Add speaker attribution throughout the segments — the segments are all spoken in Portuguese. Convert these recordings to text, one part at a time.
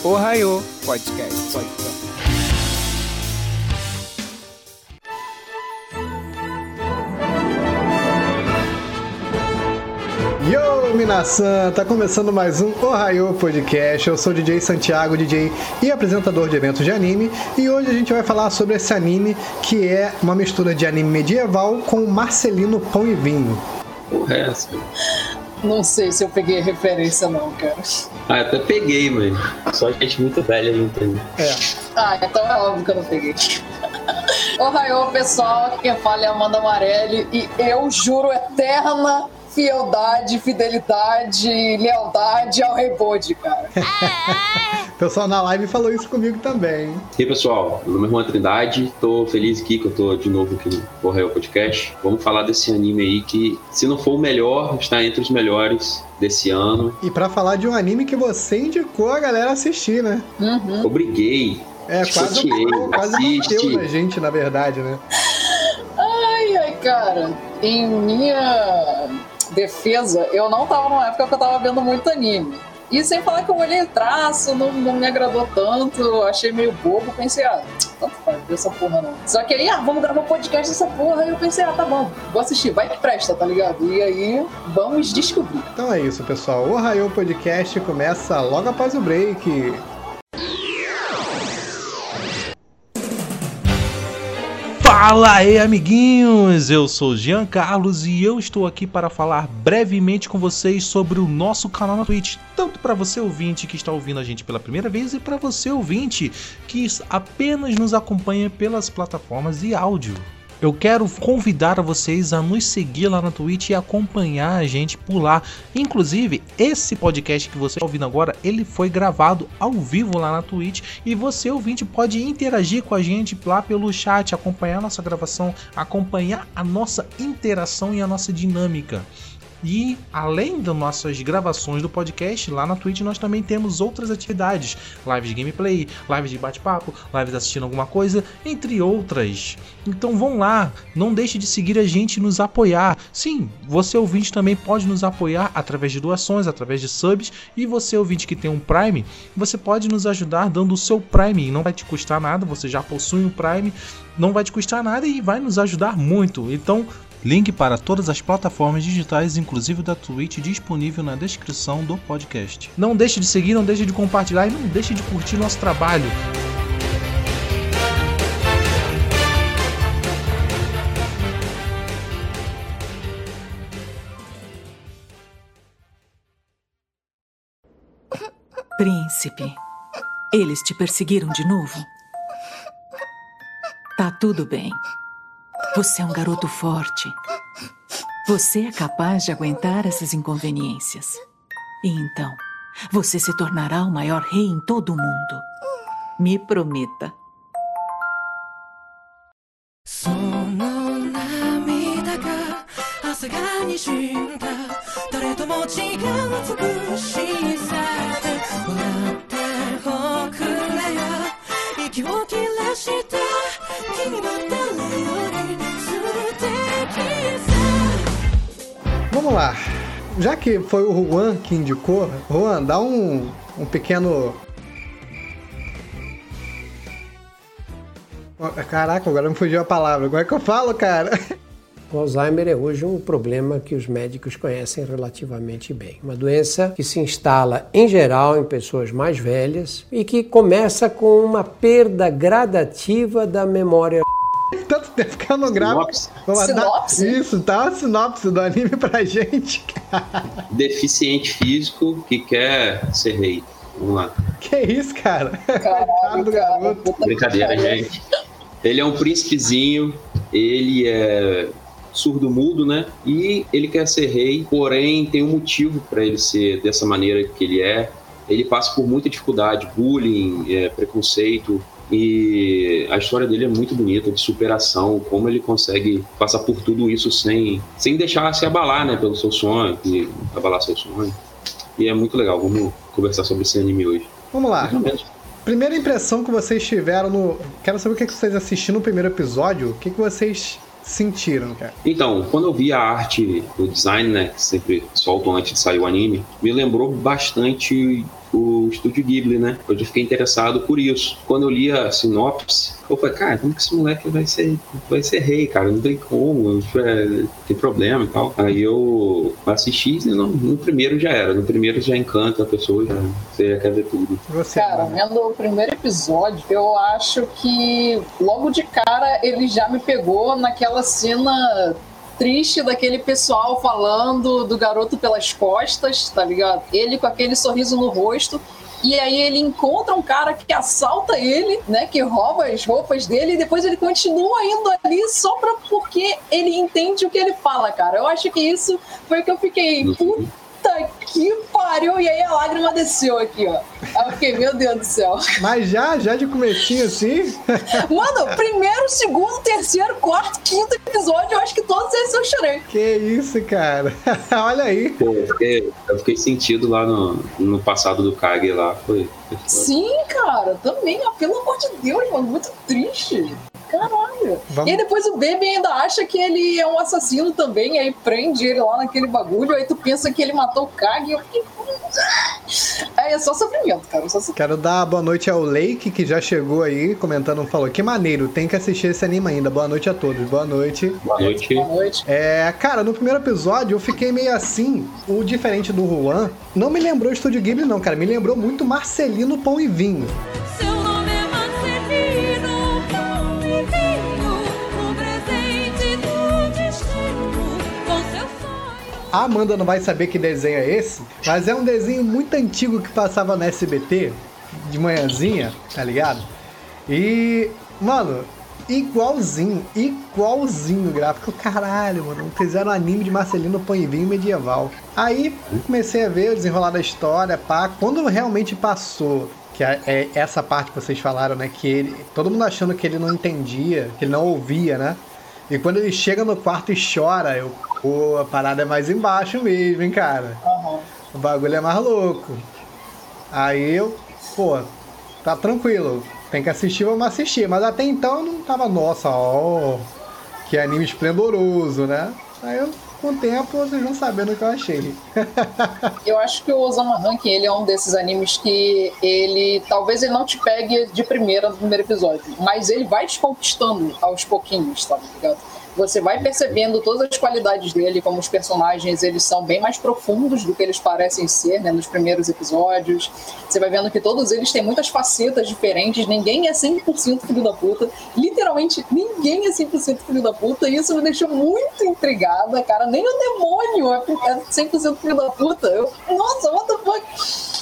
Speaker 1: Ohayou Podcast.
Speaker 2: Yo, Minasan! Tá começando mais um Ohayou Podcast. Eu sou o DJ Santiago, DJ e apresentador de eventos de anime. E hoje a gente vai falar sobre esse anime que é uma mistura de anime medieval com Marcelino Pão e Vinho.
Speaker 3: Porra, é essa?
Speaker 4: Não sei se eu peguei a referência não, cara.
Speaker 3: Ah, eu até peguei, mano. Só gente muito velha não entende.
Speaker 4: Ah, então é óbvio que eu não peguei. Ohayou, pessoal. Quem fala é Amanda Amarelli. E eu juro eterna fieldade, fidelidade e lealdade ao Rei Bode, cara.
Speaker 2: O pessoal na live falou isso comigo também.
Speaker 3: E aí, pessoal, meu nome é Juan Trindade. Tô feliz aqui que eu tô de novo aqui no Ohayou Podcast. Vamos falar desse anime aí que, se não for o melhor, está entre os melhores desse ano.
Speaker 2: E pra falar de um anime que você indicou a galera assistir, né?
Speaker 4: Uhum.
Speaker 3: Obriguei.
Speaker 2: Quase bateu na gente, na verdade, né?
Speaker 4: Ai, cara. Em minha defesa, eu não tava numa época que eu tava vendo muito anime. E sem falar que eu olhei o traço, não me agradou tanto, achei meio bobo, pensei, tanto faz ver essa porra não. Só que aí, vamos gravar um podcast dessa porra, aí eu pensei, tá bom, vou assistir, vai que presta, tá ligado? E aí, vamos descobrir.
Speaker 2: Então é isso, pessoal, o Ohayou Podcast começa logo após o break.
Speaker 5: Fala aí, amiguinhos! Eu sou Jean Carlos e eu estou aqui para falar brevemente com vocês sobre o nosso canal na Twitch, tanto para você ouvinte que está ouvindo a gente pela primeira vez e para você ouvinte que apenas nos acompanha pelas plataformas de áudio. Eu quero convidar a vocês a nos seguir lá na Twitch e acompanhar a gente por lá. Inclusive, esse podcast que você está ouvindo agora, ele foi gravado ao vivo lá na Twitch. E você, ouvinte, pode interagir com a gente lá pelo chat, acompanhar a nossa gravação, acompanhar a nossa interação e a nossa dinâmica. E além das nossas gravações do podcast, lá na Twitch nós também temos outras atividades. Lives de gameplay, lives de bate-papo, lives assistindo alguma coisa, entre outras. Então vão lá, não deixe de seguir a gente e nos apoiar. Sim, você ouvinte também pode nos apoiar através de doações, através de subs. E você ouvinte que tem um Prime, você pode nos ajudar dando o seu Prime. Não vai te custar nada, você já possui um Prime, não vai te custar nada e vai nos ajudar muito. Então, link para todas as plataformas digitais, inclusive da Twitch, disponível na descrição do podcast. Não deixe de seguir, não deixe de compartilhar e não deixe de curtir nosso trabalho.
Speaker 6: Príncipe, eles te perseguiram de novo? Tá tudo bem. Você é um garoto forte. Você é capaz de aguentar essas inconveniências. E então, você se tornará o maior rei em todo o mundo. Me prometa.
Speaker 2: Vamos lá, já que foi o Juan que indicou, Juan, dá um pequeno... Caraca, agora me fugiu a palavra, como é que eu falo, cara?
Speaker 7: O Alzheimer é hoje um problema que os médicos conhecem relativamente bem. Uma doença que se instala, em geral, em pessoas mais velhas e que começa com uma perda gradativa da memória.
Speaker 2: Tanto tempo que eu não gravo.
Speaker 4: Sinopse?
Speaker 2: Isso, tá uma sinopse do anime pra gente.
Speaker 3: Deficiente físico que quer ser rei. Vamos lá.
Speaker 2: Que isso, cara?
Speaker 4: Caralho,
Speaker 2: do garoto.
Speaker 3: Brincadeira, gente. Ele é um príncipezinho, ele é surdo-mudo, né? E ele quer ser rei, porém tem um motivo para ele ser dessa maneira que ele é. Ele passa por muita dificuldade, bullying, preconceito. E a história dele é muito bonita, de superação, como ele consegue passar por tudo isso sem deixar se abalar, né, pelo seu sonho, e abalar seu sonho. E é muito legal, vamos conversar sobre esse anime hoje.
Speaker 2: Vamos lá. Primeira impressão que vocês tiveram no... Quero saber o que vocês assistiram no primeiro episódio, o que vocês sentiram, cara?
Speaker 3: Então, quando eu vi a arte, o design, né, que sempre soltam antes de sair o anime, me lembrou bastante o Estúdio Ghibli, né? Eu já fiquei interessado por isso. Quando eu li a sinopse, eu falei, cara, como que esse moleque vai ser rei, cara? Não tem como, tem problema e tal. Aí eu assisti e no primeiro já era. No primeiro já encanta a pessoa, você já quer ver tudo.
Speaker 4: Cara, vendo o primeiro episódio, eu acho que logo de cara ele já me pegou naquela cena triste daquele pessoal falando do garoto pelas costas, tá ligado? Ele com aquele sorriso no rosto. E aí ele encontra um cara que assalta ele, né? Que rouba as roupas dele e depois ele continua indo ali só porque ele entende o que ele fala, cara. Eu acho que isso foi o que eu fiquei... Puta que pariu! E aí a lágrima desceu aqui, ó. Aí eu fiquei, meu Deus do céu.
Speaker 2: Mas já de comecinho assim?
Speaker 4: Mano, primeiro, segundo, terceiro, quarto, quinto episódio, eu acho que todos esses eu chorei.
Speaker 2: Que isso, cara. Olha aí.
Speaker 3: Pô, eu fiquei sentido lá no passado do Kage lá. Foi
Speaker 4: Sim, cara, também. Pelo amor de Deus, mano, muito triste. Caralho. E aí depois o Baby ainda acha que ele é um assassino também, aí prende ele lá naquele bagulho, aí tu pensa que ele matou o Kage, eu fiquei... Aí é só sofrimento, cara.
Speaker 2: Quero dar boa noite ao Lake, que já chegou aí, comentando, falou, que maneiro, tem que assistir esse anime ainda. Boa noite a todos, boa noite.
Speaker 3: Boa noite.
Speaker 4: Boa noite.
Speaker 2: Cara, no primeiro episódio eu fiquei meio assim, o diferente do Juan, não me lembrou o Estúdio Ghibli não, cara, me lembrou muito Marcelino Pão e Vinho. A Amanda não vai saber que desenho é esse, mas é um desenho muito antigo que passava no SBT, de manhãzinha, tá ligado? E, mano, igualzinho o gráfico. Caralho, mano, fizeram um anime de Marcelino Pão e Vinho medieval. Aí comecei a ver o desenrolar da história, pá. Quando realmente passou, que é essa parte que vocês falaram, né, que todo mundo achando que ele não entendia, que ele não ouvia, né? E quando ele chega no quarto e chora, pô, a parada é mais embaixo mesmo, hein, cara?
Speaker 4: Uhum.
Speaker 2: O bagulho é mais louco. Aí pô, tá tranquilo. Tem que assistir, vamos assistir. Mas até então eu não tava, nossa, que anime esplendoroso, né? Aí com o tempo vocês vão sabendo o que eu achei.
Speaker 4: Eu acho que o Osama Ranking, ele é um desses animes que talvez ele não te pegue de primeira no primeiro episódio, mas ele vai te conquistando aos pouquinhos, tá ligado? Você vai percebendo todas as qualidades dele, como os personagens, eles são bem mais profundos do que eles parecem ser, né, nos primeiros episódios. Você vai vendo que todos eles têm muitas facetas diferentes, ninguém é 100% filho da puta. Literalmente, ninguém é 100% filho da puta, e isso me deixou muito intrigada, cara. Nem o demônio é 100% filho da puta. Nossa, what the fuck?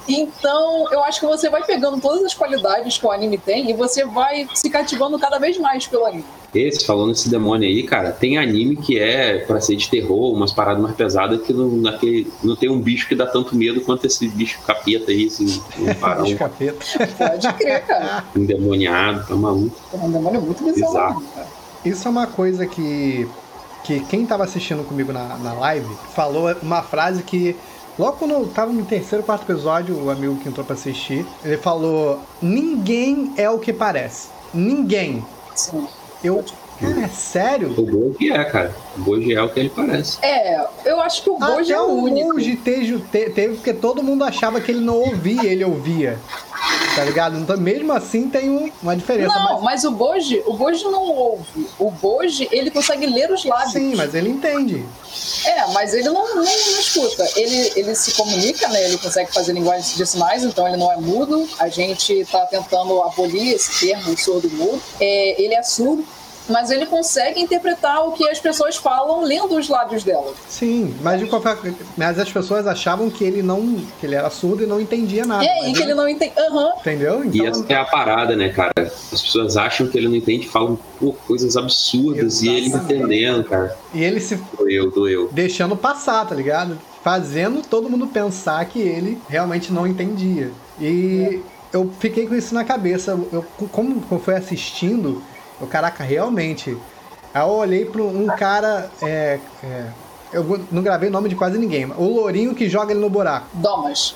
Speaker 4: Então, eu acho que você vai pegando todas as qualidades que o anime tem e você vai se cativando cada vez mais pelo anime.
Speaker 3: Falando nesse demônio aí, cara, tem anime que é pra ser de terror, umas paradas mais pesadas, que não tem um bicho que dá tanto medo quanto esse bicho capeta aí, assim, um parão.
Speaker 2: Bicho capeta.
Speaker 4: Pode crer, cara.
Speaker 3: Endemoniado, tá maluco.
Speaker 4: É um demônio muito bizarro, cara.
Speaker 2: Isso é uma coisa que quem tava assistindo comigo na live falou uma frase que logo quando eu tava no terceiro, quarto episódio, o amigo que entrou pra assistir, ele falou, ninguém é o que parece. Ninguém.
Speaker 4: Sim.
Speaker 2: Cara, é sério?
Speaker 3: O Boji cara. O Boji é o que ele parece.
Speaker 4: Eu acho que o Boji é o único.
Speaker 2: O Boji teve porque todo mundo achava que ele não ouvia, ele ouvia. Tá ligado? Então, mesmo assim tem uma diferença.
Speaker 4: Não, mas o Boji não ouve. O Boji, ele consegue ler os lábios.
Speaker 2: Sim, mas ele entende.
Speaker 4: Mas ele não escuta. Ele se comunica, né? Ele consegue fazer linguagem de sinais, então ele não é mudo. A gente tá tentando abolir esse termo, surdo-mudo. Ele é surdo, mas ele consegue interpretar o que as pessoas falam lendo os lábios dela.
Speaker 2: Sim, mas as pessoas achavam que ele era surdo e não entendia nada.
Speaker 4: E que ele não entende.
Speaker 2: Entendeu? Então,
Speaker 3: e essa é a parada, né, cara? As pessoas acham que ele não entende, falam coisas absurdas. Exatamente. E ele entendendo, cara.
Speaker 2: E ele se...
Speaker 3: Doeu.
Speaker 2: Deixando passar, tá ligado? Fazendo todo mundo pensar que ele realmente não entendia. E eu fiquei com isso na cabeça. Como eu fui assistindo... Caraca, realmente. Aí eu olhei pra um cara. Eu não gravei o nome de quase ninguém. O lourinho que joga ele no buraco.
Speaker 4: Domas.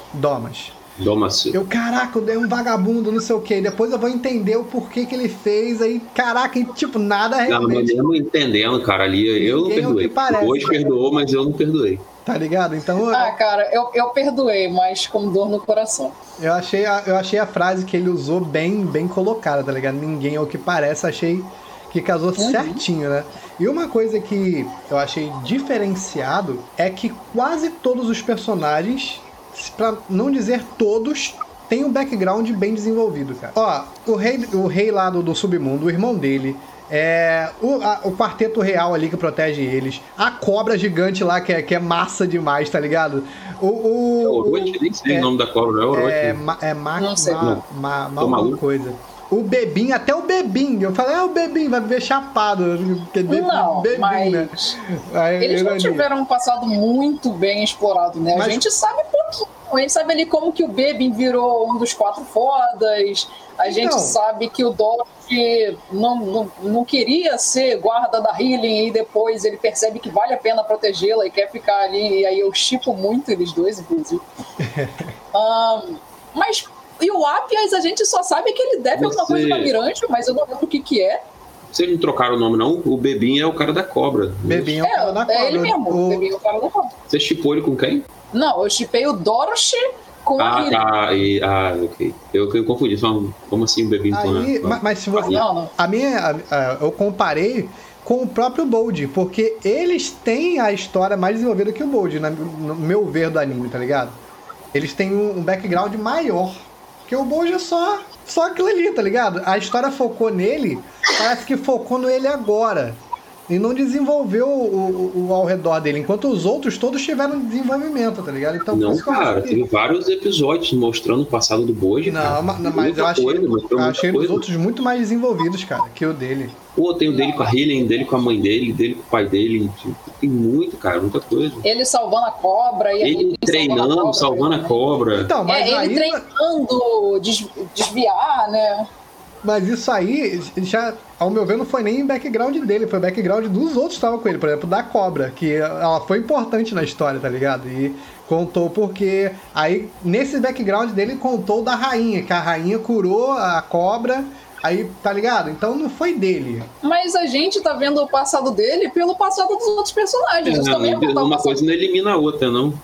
Speaker 2: Caraca, eu dei um vagabundo, não sei o que. Depois eu vou entender o porquê que ele fez. Aí, caraca, e, tipo, nada realmente.
Speaker 3: Não, mas eu não entendendo, cara, ali. Eu não perdoei.
Speaker 2: Parece,
Speaker 3: hoje perdoou, mas eu não perdoei.
Speaker 2: Tá ligado? Então.
Speaker 4: Cara, eu perdoei, mas com dor no coração.
Speaker 2: Eu achei a frase que ele usou bem colocada, tá ligado? Ninguém é o que parece, achei que casou certinho, né? E uma coisa que eu achei diferenciado é que quase todos os personagens, pra não dizer todos, tem um background bem desenvolvido, cara. Ó, o rei lá do submundo, o irmão dele, o quarteto real ali que protege eles, a cobra gigante lá que é massa demais, tá ligado?
Speaker 3: O Orochi, nem sei o nome da cobra, não é Orochi.
Speaker 4: Não sei.
Speaker 2: Alguma coisa. O Bebinho, até o Bebinho. Eu falei, o Bebinho vai viver chapado.
Speaker 4: Bebinho, mas né? Eles não tiveram um passado muito bem explorado, né? A gente sabe pouquinho. A gente sabe ali como que o Bebin virou um dos 4 fodas. A gente sabe que o Dorothy não queria ser guarda da Healing e depois ele percebe que vale a pena protegê-la e quer ficar ali. E aí eu shippo muito eles dois, inclusive. Mas... E o Apias, a gente só sabe que ele deve alguma coisa pra Miranjo, mas eu não lembro o que é.
Speaker 3: Vocês não trocaram o nome, não? O Bebinho é o cara da cobra.
Speaker 2: Bebinho é o cara da cobra.
Speaker 4: É ele mesmo, o Bebinho é o cara da cobra.
Speaker 3: Você shippou ele com quem?
Speaker 4: Não, eu shippei o Dorothy com a Healing.
Speaker 3: Ok. Eu confundi. Como assim o Bebinho com a...
Speaker 2: Mas se você... eu comparei com o próprio Bold, porque eles têm a história mais desenvolvida que o Bold, no meu ver do anime, tá ligado? Eles têm um background maior. Porque o Bold é só aquilo ali, tá ligado? A história focou nele, parece que focou no ele agora. E não desenvolveu o ao redor dele, enquanto os outros todos tiveram desenvolvimento, tá ligado? Então,
Speaker 3: não, cara, teve vários episódios mostrando o passado do Bold.
Speaker 2: Mas eu achei os outros muito mais desenvolvidos, cara, que o dele.
Speaker 3: Pô, tem o dele com a Healing, dele com a mãe dele com o pai dele. Tem muito, cara, muita coisa.
Speaker 4: Ele salvando a cobra. E
Speaker 3: ele treinando, salvando a cobra.
Speaker 2: Então, mas
Speaker 4: ele treinando, desviar, né?
Speaker 2: Mas isso aí, já, ao meu ver, não foi nem background dele, foi background dos outros que estavam com ele. Por exemplo, da cobra, que ela foi importante na história, tá ligado? E contou porque... Aí, nesse background dele, contou da rainha, que a rainha curou a cobra... Aí, tá ligado? Então não foi dele.
Speaker 4: Mas a gente tá vendo o passado dele pelo passado dos outros personagens.
Speaker 3: Uma coisa não elimina a outra, não.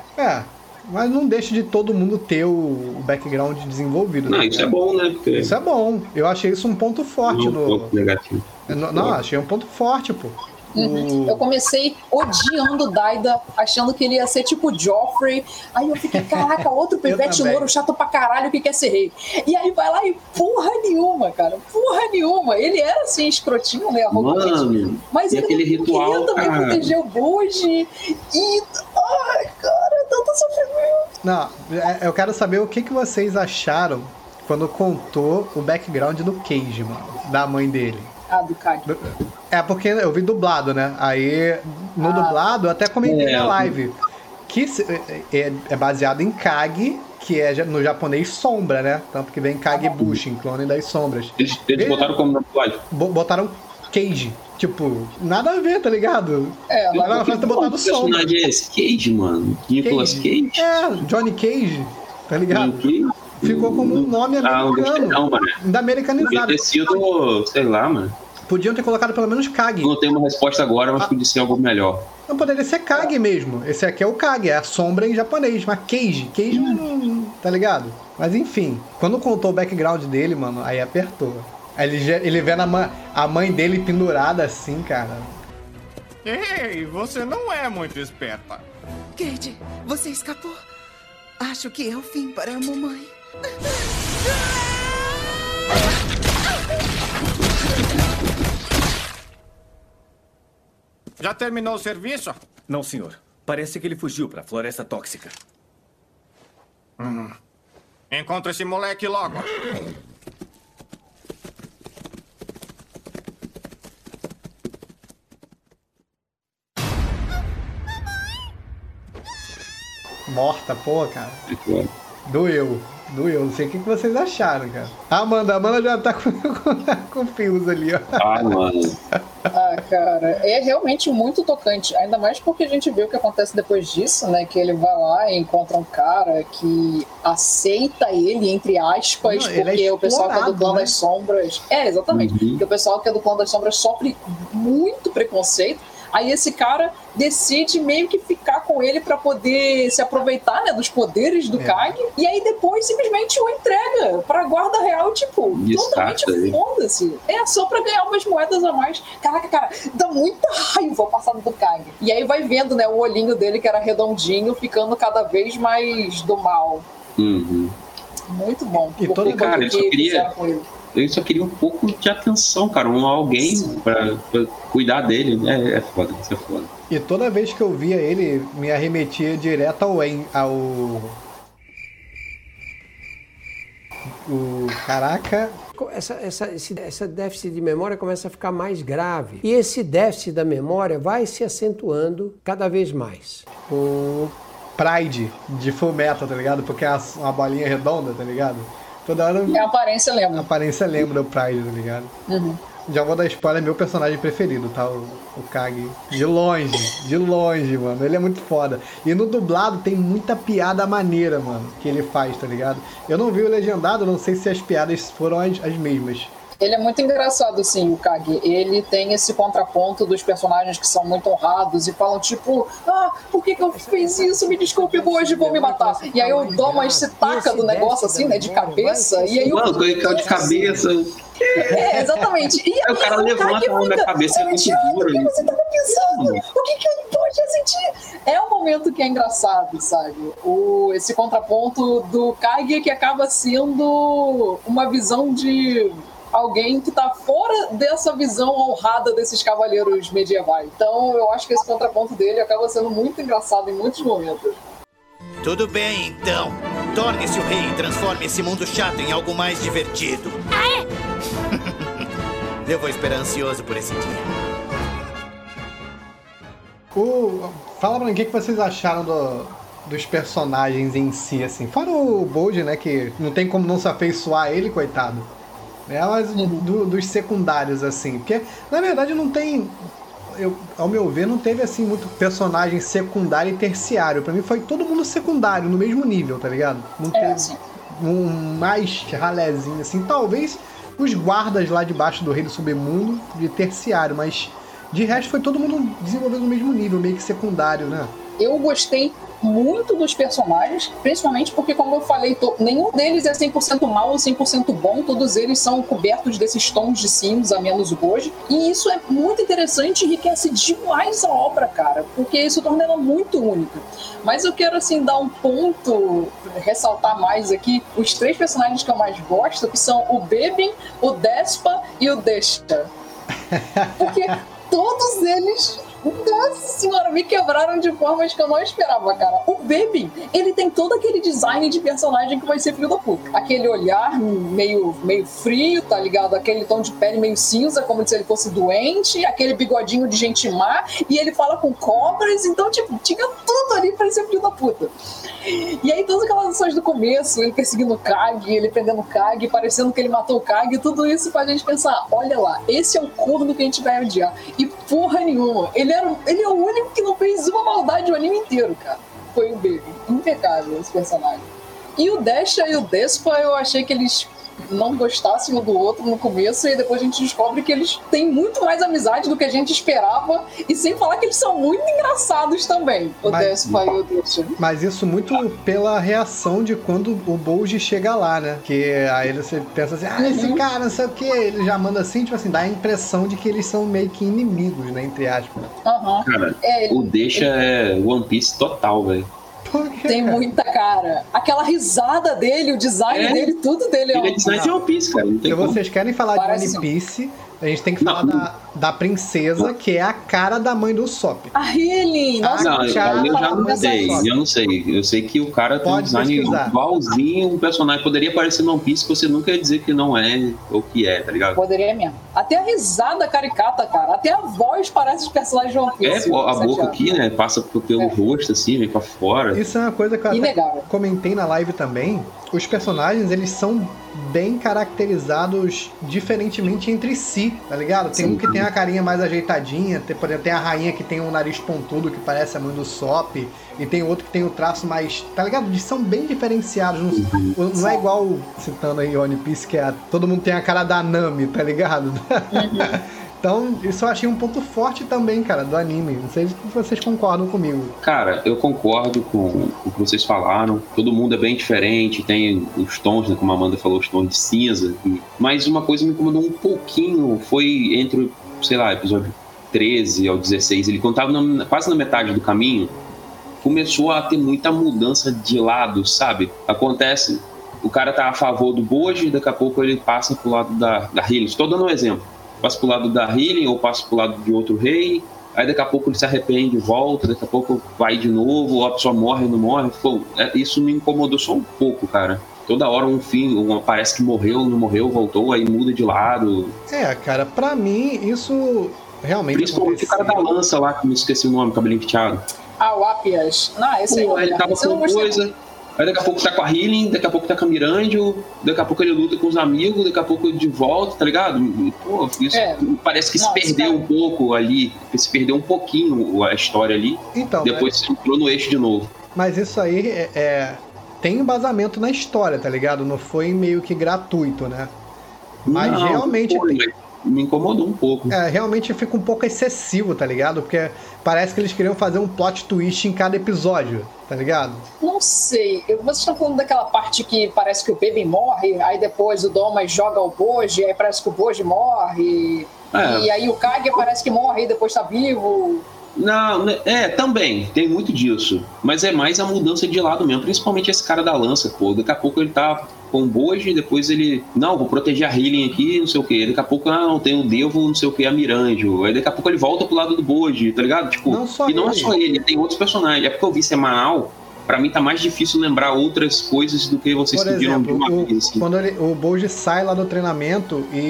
Speaker 2: Mas não deixa de todo mundo ter o background desenvolvido.
Speaker 3: Não, isso é bom, né? Porque...
Speaker 2: Isso é bom. Eu achei isso um ponto forte.
Speaker 3: Ponto negativo.
Speaker 2: Não, achei um ponto forte, pô.
Speaker 4: Eu comecei odiando o Daida, achando que ele ia ser tipo Joffrey. Aí eu fiquei, caraca, outro pivete louro chato pra caralho que quer ser rei. E aí vai lá e porra nenhuma, cara. Porra nenhuma. Ele era assim, escrotinho, né?
Speaker 3: Mano,
Speaker 4: mas ele
Speaker 3: aquele ritual,
Speaker 4: queria também proteger o Boji. E, ai, cara, tanto sofrimento.
Speaker 2: Não, eu quero saber o que vocês acharam quando contou o background do Cage, mano, da mãe dele.
Speaker 4: Do Kage.
Speaker 2: Porque eu vi dublado, né? Aí, no dublado, eu até comentei na live. Que é baseado em Kage, que é no japonês sombra, né? Tanto que vem Kagebushin, clone das sombras.
Speaker 3: Eles botaram como na dublagem?
Speaker 2: Botaram Cage. Tipo, nada a ver, tá ligado? Ela vai ter botado sombra.
Speaker 3: O personagem é esse? Cage, mano. Nicolas Cage?
Speaker 2: Johnny Cage, tá ligado? Ficou como um nome americano.
Speaker 3: Não, mano.
Speaker 2: Da americanizado.
Speaker 3: Podia ter sido, sei lá, mano.
Speaker 2: Podiam ter colocado pelo menos Kage.
Speaker 3: Não tenho uma resposta agora, mas podia ser algo melhor.
Speaker 2: Não poderia ser Kage mesmo. Esse aqui é o Kage, é a sombra em japonês. Mas Cage não, tá ligado? Mas enfim, quando contou o background dele, mano, aí apertou. Aí ele vê a mãe dele pendurada assim, cara.
Speaker 1: Ei, você não é muito esperta.
Speaker 8: Cage, você escapou? Acho que é o fim para a mamãe.
Speaker 1: Já terminou o serviço?
Speaker 9: Não, senhor. Parece que ele fugiu para a floresta tóxica.
Speaker 1: Encontra esse moleque logo.
Speaker 2: Morta, pô, cara. Doeu. Não sei o que vocês acharam, cara. A Amanda já tá com fios ali, ó.
Speaker 3: Mano.
Speaker 4: Cara, é realmente muito tocante. Ainda mais porque a gente vê o que acontece depois disso, né? Que ele vai lá e encontra um cara que aceita ele, entre aspas, porque o pessoal que é do clã das sombras... exatamente. Porque o pessoal que é do clã das sombras sofre muito preconceito. Aí esse cara decide meio que ficar com com ele pra poder se aproveitar, né, dos poderes do Kage, e aí depois simplesmente o entrega pra guarda real, tipo, totalmente foda-se. É só pra ganhar umas moedas a mais. Caraca, cara, dá muita raiva o passado do Kage. E aí vai vendo, né, o olhinho dele, que era redondinho, ficando cada vez mais do mal. Muito bom.
Speaker 3: E todo cara, ele só queria um pouco de atenção, cara, alguém pra cuidar dele. É foda, isso é foda.
Speaker 2: E toda vez que eu via ele, me arremetia direto Caraca.
Speaker 7: Essa déficit de memória começa a ficar mais grave. E esse déficit da memória vai se acentuando cada vez mais.
Speaker 2: O Pride de Fullmetal, tá ligado? Porque é uma bolinha redonda, tá ligado? Toda hora...
Speaker 4: A aparência lembra.
Speaker 2: A aparência lembra o Pride, tá ligado? Já vou dar spoiler, é meu personagem preferido, tá? O Kage. De longe, mano. Ele é muito foda. E no dublado tem muita piada maneira, mano, que ele faz, tá ligado? Eu não vi o legendado, não sei se as piadas foram as mesmas.
Speaker 4: Ele é muito engraçado, sim, o Kage. Ele tem esse contraponto dos personagens que são muito honrados e falam, tipo, por que eu fiz isso? Me desculpe, hoje vou me matar. E aí eu dou uma taca do negócio, assim, né, de cabeça. E aí
Speaker 3: mano, caiu de cabeça.
Speaker 4: Exatamente. E aí
Speaker 3: o cara levanta a mão da cabeça, é muito duro.
Speaker 4: O que você tava pensando? O que eu podia sentir? É um momento que é engraçado, sabe? Esse contraponto do Kage, que acaba sendo uma visão de alguém que tá fora dessa visão honrada desses cavaleiros medievais. Então eu acho que esse contraponto dele acaba sendo muito engraçado em muitos momentos.
Speaker 10: Tudo bem, então. Torne-se o rei e transforme esse mundo chato em algo mais divertido. Eu vou esperar ansioso por esse dia.
Speaker 2: Fala pra mim, o que vocês acharam dos personagens em si, assim? Fora o Bode, né, que não tem como não se afeiçoar ele, coitado. Mas dos secundários, assim. Porque, na verdade, não tem... ao meu ver, não teve, assim, muito personagem secundário e terciário. Pra mim, foi todo mundo secundário, no mesmo nível, tá ligado? Não teve um mais ralézinho, assim. Talvez os guardas lá debaixo do Rei do Submundo, de terciário. Mas, de resto, foi todo mundo desenvolvido no mesmo nível, meio que secundário, né?
Speaker 4: Eu gostei muito dos personagens, principalmente porque, como eu falei, nenhum deles é 100% mal ou 100% bom, todos eles são cobertos desses tons de cinza, menos o Bode, e isso é muito interessante e enriquece demais a obra, cara, porque isso torna ela muito única. Mas eu quero, assim, dar um ponto, ressaltar mais aqui, os 3 personagens que eu mais gosto, que são o Bebin, o Despa e o Desha. Porque todos eles... Nossa senhora, me quebraram de formas que eu não esperava, cara. O Bebin, ele tem todo aquele design de personagem que vai ser filho da puta. Aquele olhar meio frio, tá ligado? Aquele tom de pele meio cinza, como se ele fosse doente, aquele bigodinho de gente má, e ele fala com cobras, então, tipo, tinha tudo ali pra ser filho da puta. E aí todas aquelas ações do começo, ele perseguindo o Kage, ele prendendo o Kage, parecendo que ele matou o Kage, tudo isso faz a gente pensar, olha lá, esse é o corno que a gente vai odiar. E porra nenhuma, ele é o único que não fez uma maldade o anime inteiro, cara. Foi o Baby. Impecável esse personagem. E o Desha e o Despa, eu achei que eles não gostassem um do outro no começo, e depois a gente descobre que eles têm muito mais amizade do que a gente esperava, e sem falar que eles são muito engraçados também, o Despa e o Desha.
Speaker 2: Mas isso muito pela reação de quando o Bode chega lá, né? Que aí você pensa assim, esse cara, não sei o que, ele já manda assim, tipo assim, dá a impressão de que eles são meio que inimigos, né? Entre aspas.
Speaker 3: Cara, o Desha é One Piece total, velho.
Speaker 4: Tem muita cara. Aquela risada dele, o design dele, tudo dele é
Speaker 3: One Piece. Ele é design de One Piece, cara.
Speaker 2: Se vocês querem falar de One Piece, a gente tem que falar da princesa, que é a cara da mãe do Usopp.
Speaker 4: A Hyelin!
Speaker 3: Não, eu já não sei. Eu não sei. Eu sei que o cara tem um design igualzinho um personagem. Poderia parecer One Piece, que você nunca ia dizer que não é ou que é, tá ligado?
Speaker 4: Poderia mesmo. Até a risada caricata, cara. Até a voz parece os personagens de One Piece.
Speaker 3: A boca aqui, né? Passa pelo rosto, assim, vem pra fora.
Speaker 2: Isso é uma coisa que eu até comentei na live também. Os personagens, eles são bem caracterizados diferentemente entre si, tá ligado? Tem um que tem a carinha mais ajeitadinha, por exemplo, tem a rainha que tem um nariz pontudo que parece a mãe do Usopp, e tem outro que tem o traço mais, tá ligado? Eles são bem diferenciados, não é igual, citando aí One Piece, que todo mundo tem a cara da Nami, tá ligado? Então, isso eu achei um ponto forte também, cara, do anime. Não sei se vocês concordam comigo.
Speaker 3: Cara, eu concordo com o que vocês falaram. Todo mundo é bem diferente, tem os tons, né, como a Amanda falou, os tons de cinza. Mas uma coisa me incomodou um pouquinho, foi entre, sei lá, episódio 13 ao 16, ele contava quase na metade do caminho, começou a ter muita mudança de lado, sabe? Acontece, o cara tá a favor do Boji, daqui a pouco ele passa pro lado da Hylian. Estou dando um exemplo. Passa pro lado da Hylian ou passa pro lado de outro rei, aí daqui a pouco ele se arrepende e volta, daqui a pouco vai de novo, ou a pessoa morre ou não morre. Pô, isso me incomodou só um pouco, cara. Toda hora parece que morreu, não morreu, voltou, aí muda de lado.
Speaker 2: Cara, pra mim isso realmente
Speaker 3: principalmente o cara da lança lá, que me esqueci o nome, cabelinho penteado.
Speaker 4: O Apias. Não, esse aí.
Speaker 3: Ele tava com coisa... Aí daqui a pouco tá com a Hylian, daqui a pouco tá com a Mirandio, daqui a pouco ele luta com os amigos, daqui a pouco de volta, tá ligado? Pô, isso parece que se perdeu um pouco ali, se perdeu um pouquinho a história ali, então, depois se entrou no eixo de novo.
Speaker 2: Mas isso aí tem embasamento na história, tá ligado? Não foi meio que gratuito, né? Mas não, realmente...
Speaker 3: me incomodou um pouco.
Speaker 2: Realmente fica um pouco excessivo, tá ligado? Porque parece que eles queriam fazer um plot twist em cada episódio, tá ligado?
Speaker 4: Não sei. Vocês estão falando daquela parte que parece que o Baby morre, aí depois o Domas joga o Boji, aí parece que o Boji morre, e aí o Kage parece que morre e depois tá vivo.
Speaker 3: Não, também, tem muito disso. Mas é mais a mudança de lado mesmo, principalmente esse cara da lança, pô. Daqui a pouco ele tá com o Boji, depois ele... Não, vou proteger a Hylian aqui, não sei o que. Daqui a pouco, não, tem o Devo, não sei o que, a Mirandio. Aí daqui a pouco ele volta pro lado do Boji, tá ligado? Tipo, não é só ele, tem outros personagens. É porque eu vi semanal, pra mim tá mais difícil lembrar outras coisas do que vocês pediram de uma vez. Assim.
Speaker 2: Quando o Boji sai lá do treinamento e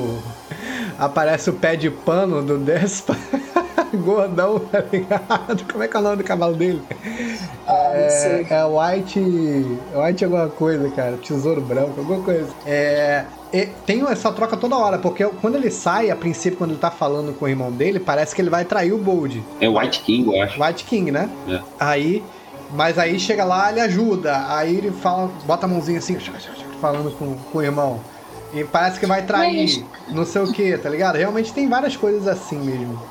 Speaker 2: aparece o pé de pano do Despa... Gordão, tá ligado? Como é que é o nome do cavalo dele?
Speaker 4: Não sei.
Speaker 2: White alguma coisa, cara. Tesouro branco, alguma coisa. Tem essa troca toda hora, porque quando ele sai, a princípio, quando ele tá falando com o irmão dele, parece que ele vai trair o Boji.
Speaker 3: É o White King, eu acho.
Speaker 2: White King, né? Mas aí chega lá, ele ajuda. Aí ele fala, bota a mãozinha assim, falando com o irmão. E parece que vai trair, não sei o que, tá ligado? Realmente tem várias coisas assim mesmo.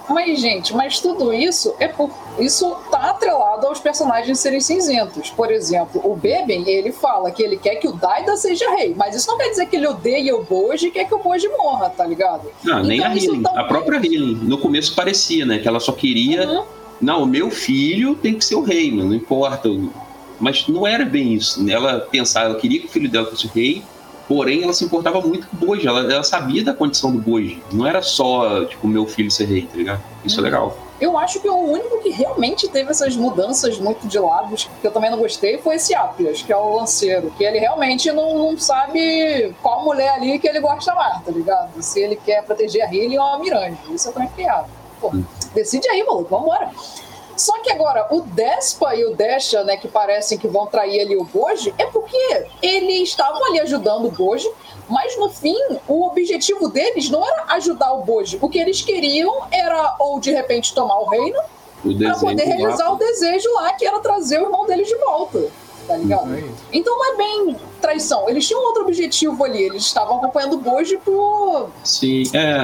Speaker 4: Mas tudo isso isso tá atrelado aos personagens serem cinzentos. Por exemplo, o Beben, ele fala que ele quer que o Daida seja rei, mas isso não quer dizer que ele odeia o Boji e quer que o Boji morra, tá ligado?
Speaker 3: Não, nem a Hylian, a própria Hylian. No começo parecia, né, que ela só queria... Não, o meu filho tem que ser o rei, não importa. Mas não era bem isso. Ela pensava, ela queria que o filho dela fosse o rei, porém, ela se importava muito com o Boji. Ela sabia da condição do Boji. Não era só, tipo, meu filho ser rei, tá ligado? Isso é legal.
Speaker 4: Eu acho que o único que realmente teve essas mudanças muito de lados, que eu também não gostei, foi esse Apias, que é o lanceiro. Que ele realmente não sabe qual mulher ali que ele gosta mais, tá ligado? Se ele quer proteger a Hylian ou a Mirandio. Isso eu também criado. Pô, decide aí, maluco. Vambora. Só que agora, o Despa e o Desha, né, que parecem que vão trair ali o Boji, é porque eles estavam ali ajudando o Boji, mas no fim, o objetivo deles não era ajudar o Boji. O que eles queriam era, ou de repente, tomar o reino, para poder realizar o desejo lá, que era trazer o irmão deles de volta, tá ligado? Então não é bem traição. Eles tinham outro objetivo ali, eles estavam acompanhando o Boji por...
Speaker 3: Sim,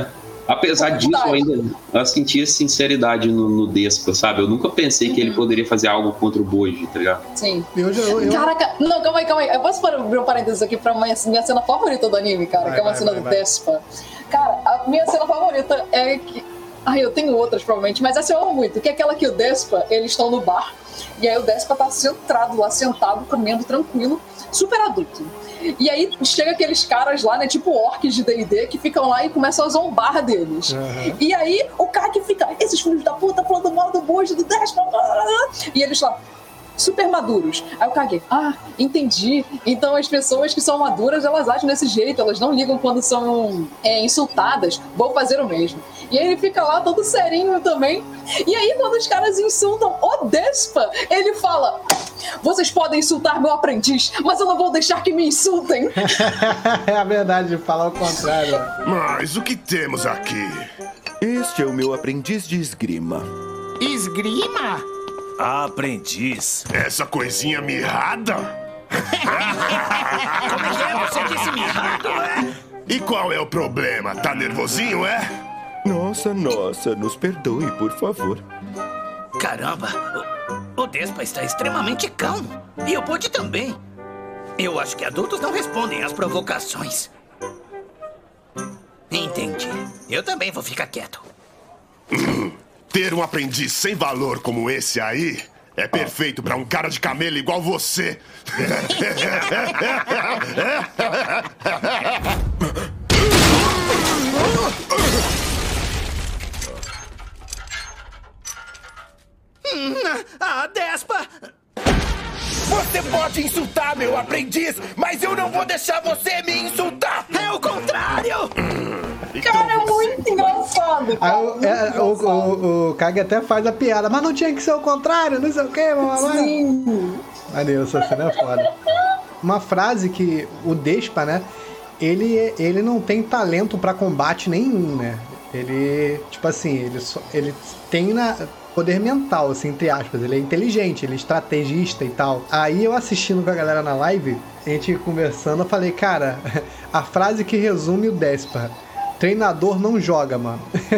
Speaker 3: apesar disso, eu sentia sinceridade no Despa, sabe? Eu nunca pensei que ele poderia fazer algo contra o Boji, tá ligado?
Speaker 4: Sim. Caraca, não, calma aí. Eu posso abrir um parênteses aqui pra minha cena favorita do anime, cara, que é uma cena do Despa. Cara, a minha cena favorita é que... eu tenho outras, provavelmente, mas essa eu amo muito, que é aquela que o Despa, eles estão no bar, e aí o Despa tá centrado lá, sentado, comendo, tranquilo, super adulto. E aí chega aqueles caras lá, né, tipo orcs de D&D, que ficam lá e começam a zombar deles. E aí o cara que fica, esses filhos da puta falando mal do Boji, do Despa, blá, blá, blá. E eles lá, super maduros. Aí o Kage, entendi. Então as pessoas que são maduras, elas agem desse jeito, elas não ligam quando são insultadas, vou fazer o mesmo. E aí ele fica lá todo serinho também. E aí quando os caras insultam o Despa, ele fala, vocês podem insultar meu aprendiz, mas eu não vou deixar que me insultem.
Speaker 2: É a verdade, falar o contrário.
Speaker 11: Mas o que temos aqui?
Speaker 12: Este é o meu aprendiz de esgrima.
Speaker 8: Esgrima?
Speaker 12: Aprendiz.
Speaker 11: Essa coisinha mirrada?
Speaker 8: Como é que é? Você disse mirrado, é?
Speaker 11: E qual é o problema? Tá nervosinho, é?
Speaker 12: Nossa, nos perdoe, por favor.
Speaker 10: Caramba, o Despa está extremamente calmo. E o Bode também. Eu acho que adultos não respondem às provocações. Entendi. Eu também vou ficar quieto.
Speaker 11: Ter um aprendiz sem valor como esse aí é perfeito pra um cara de camelo igual você.
Speaker 10: Despa!
Speaker 12: Você pode insultar meu aprendiz, mas eu não vou deixar você me insultar!
Speaker 10: É o contrário!
Speaker 4: Cara, é muito engraçado.
Speaker 2: Aí, o Kage até faz a piada, mas não tinha que ser o contrário, não sei o que, mamãe.
Speaker 4: Sim.
Speaker 2: Maneiro, essa cena é foda. Uma frase que o Despa, né? Ele não tem talento pra combate nenhum, né? Ele, tipo assim, ele tem poder mental, assim, entre aspas. Ele é inteligente, ele é estrategista e tal. Aí eu assistindo com a galera na live, a gente conversando, eu falei, cara, a frase que resume o Despa: treinador não joga, mano.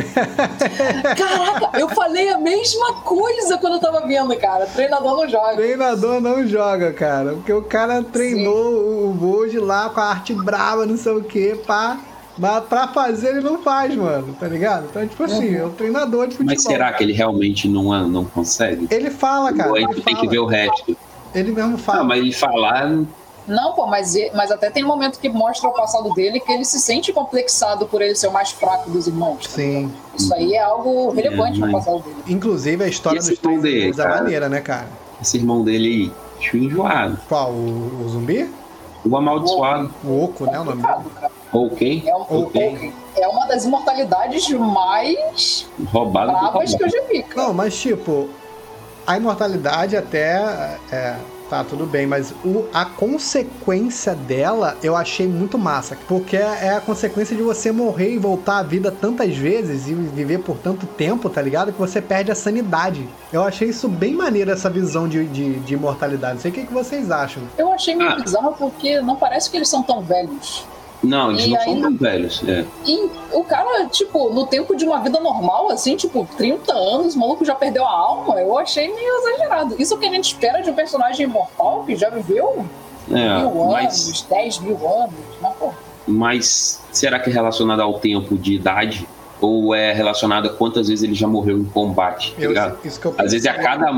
Speaker 4: Caraca, eu falei a mesma coisa quando eu tava vendo, cara. Treinador não joga.
Speaker 2: Treinador não joga, cara. Porque o cara treinou o Bode lá com a arte brava, não sei o que, pá. Mas pra fazer ele não faz, mano, tá ligado? Então, tipo assim, é um treinador de futebol.
Speaker 3: Mas será que ele realmente não consegue?
Speaker 2: Ele fala, cara.
Speaker 3: Ou a gente tem que ver o resto?
Speaker 2: Ele mesmo fala.
Speaker 3: Não, mas ele falar...
Speaker 4: Não, pô, mas até tem um momento que mostra o passado dele que ele se sente complexado por ele ser o mais fraco dos irmãos.
Speaker 2: Sim.
Speaker 4: Isso aí é algo relevante no passado dele.
Speaker 2: Inclusive, a história dos três irmãos é maneira, né, cara?
Speaker 3: Esse irmão dele aí, enjoado.
Speaker 2: Qual? O zumbi?
Speaker 3: O amaldiçoado.
Speaker 2: O Oco, né, o nome dele?
Speaker 3: Ou quem?
Speaker 4: É uma das imortalidades mais bravas que eu já vi, cara.
Speaker 2: Não, mas tipo, a imortalidade até tá tudo bem, mas a consequência dela eu achei muito massa, porque é a consequência de você morrer e voltar à vida tantas vezes e viver por tanto tempo, tá ligado? Que você perde a sanidade. Eu achei isso bem maneiro, essa visão de imortalidade. Não sei o que vocês acham.
Speaker 4: Eu achei meio bizarro porque não parece que eles são tão velhos.
Speaker 3: Não, eles não são tão velhos,
Speaker 4: E o cara, tipo, no tempo de uma vida normal, assim, tipo, 30 anos, o maluco já perdeu a alma, eu achei meio exagerado. Isso que a gente espera de um personagem imortal que já viveu 1000 anos, 10 mil anos, né, pô?
Speaker 3: Mas será que é relacionado ao tempo de idade? Ou é relacionado a quantas vezes ele já morreu em combate, tá ligado? Às vezes a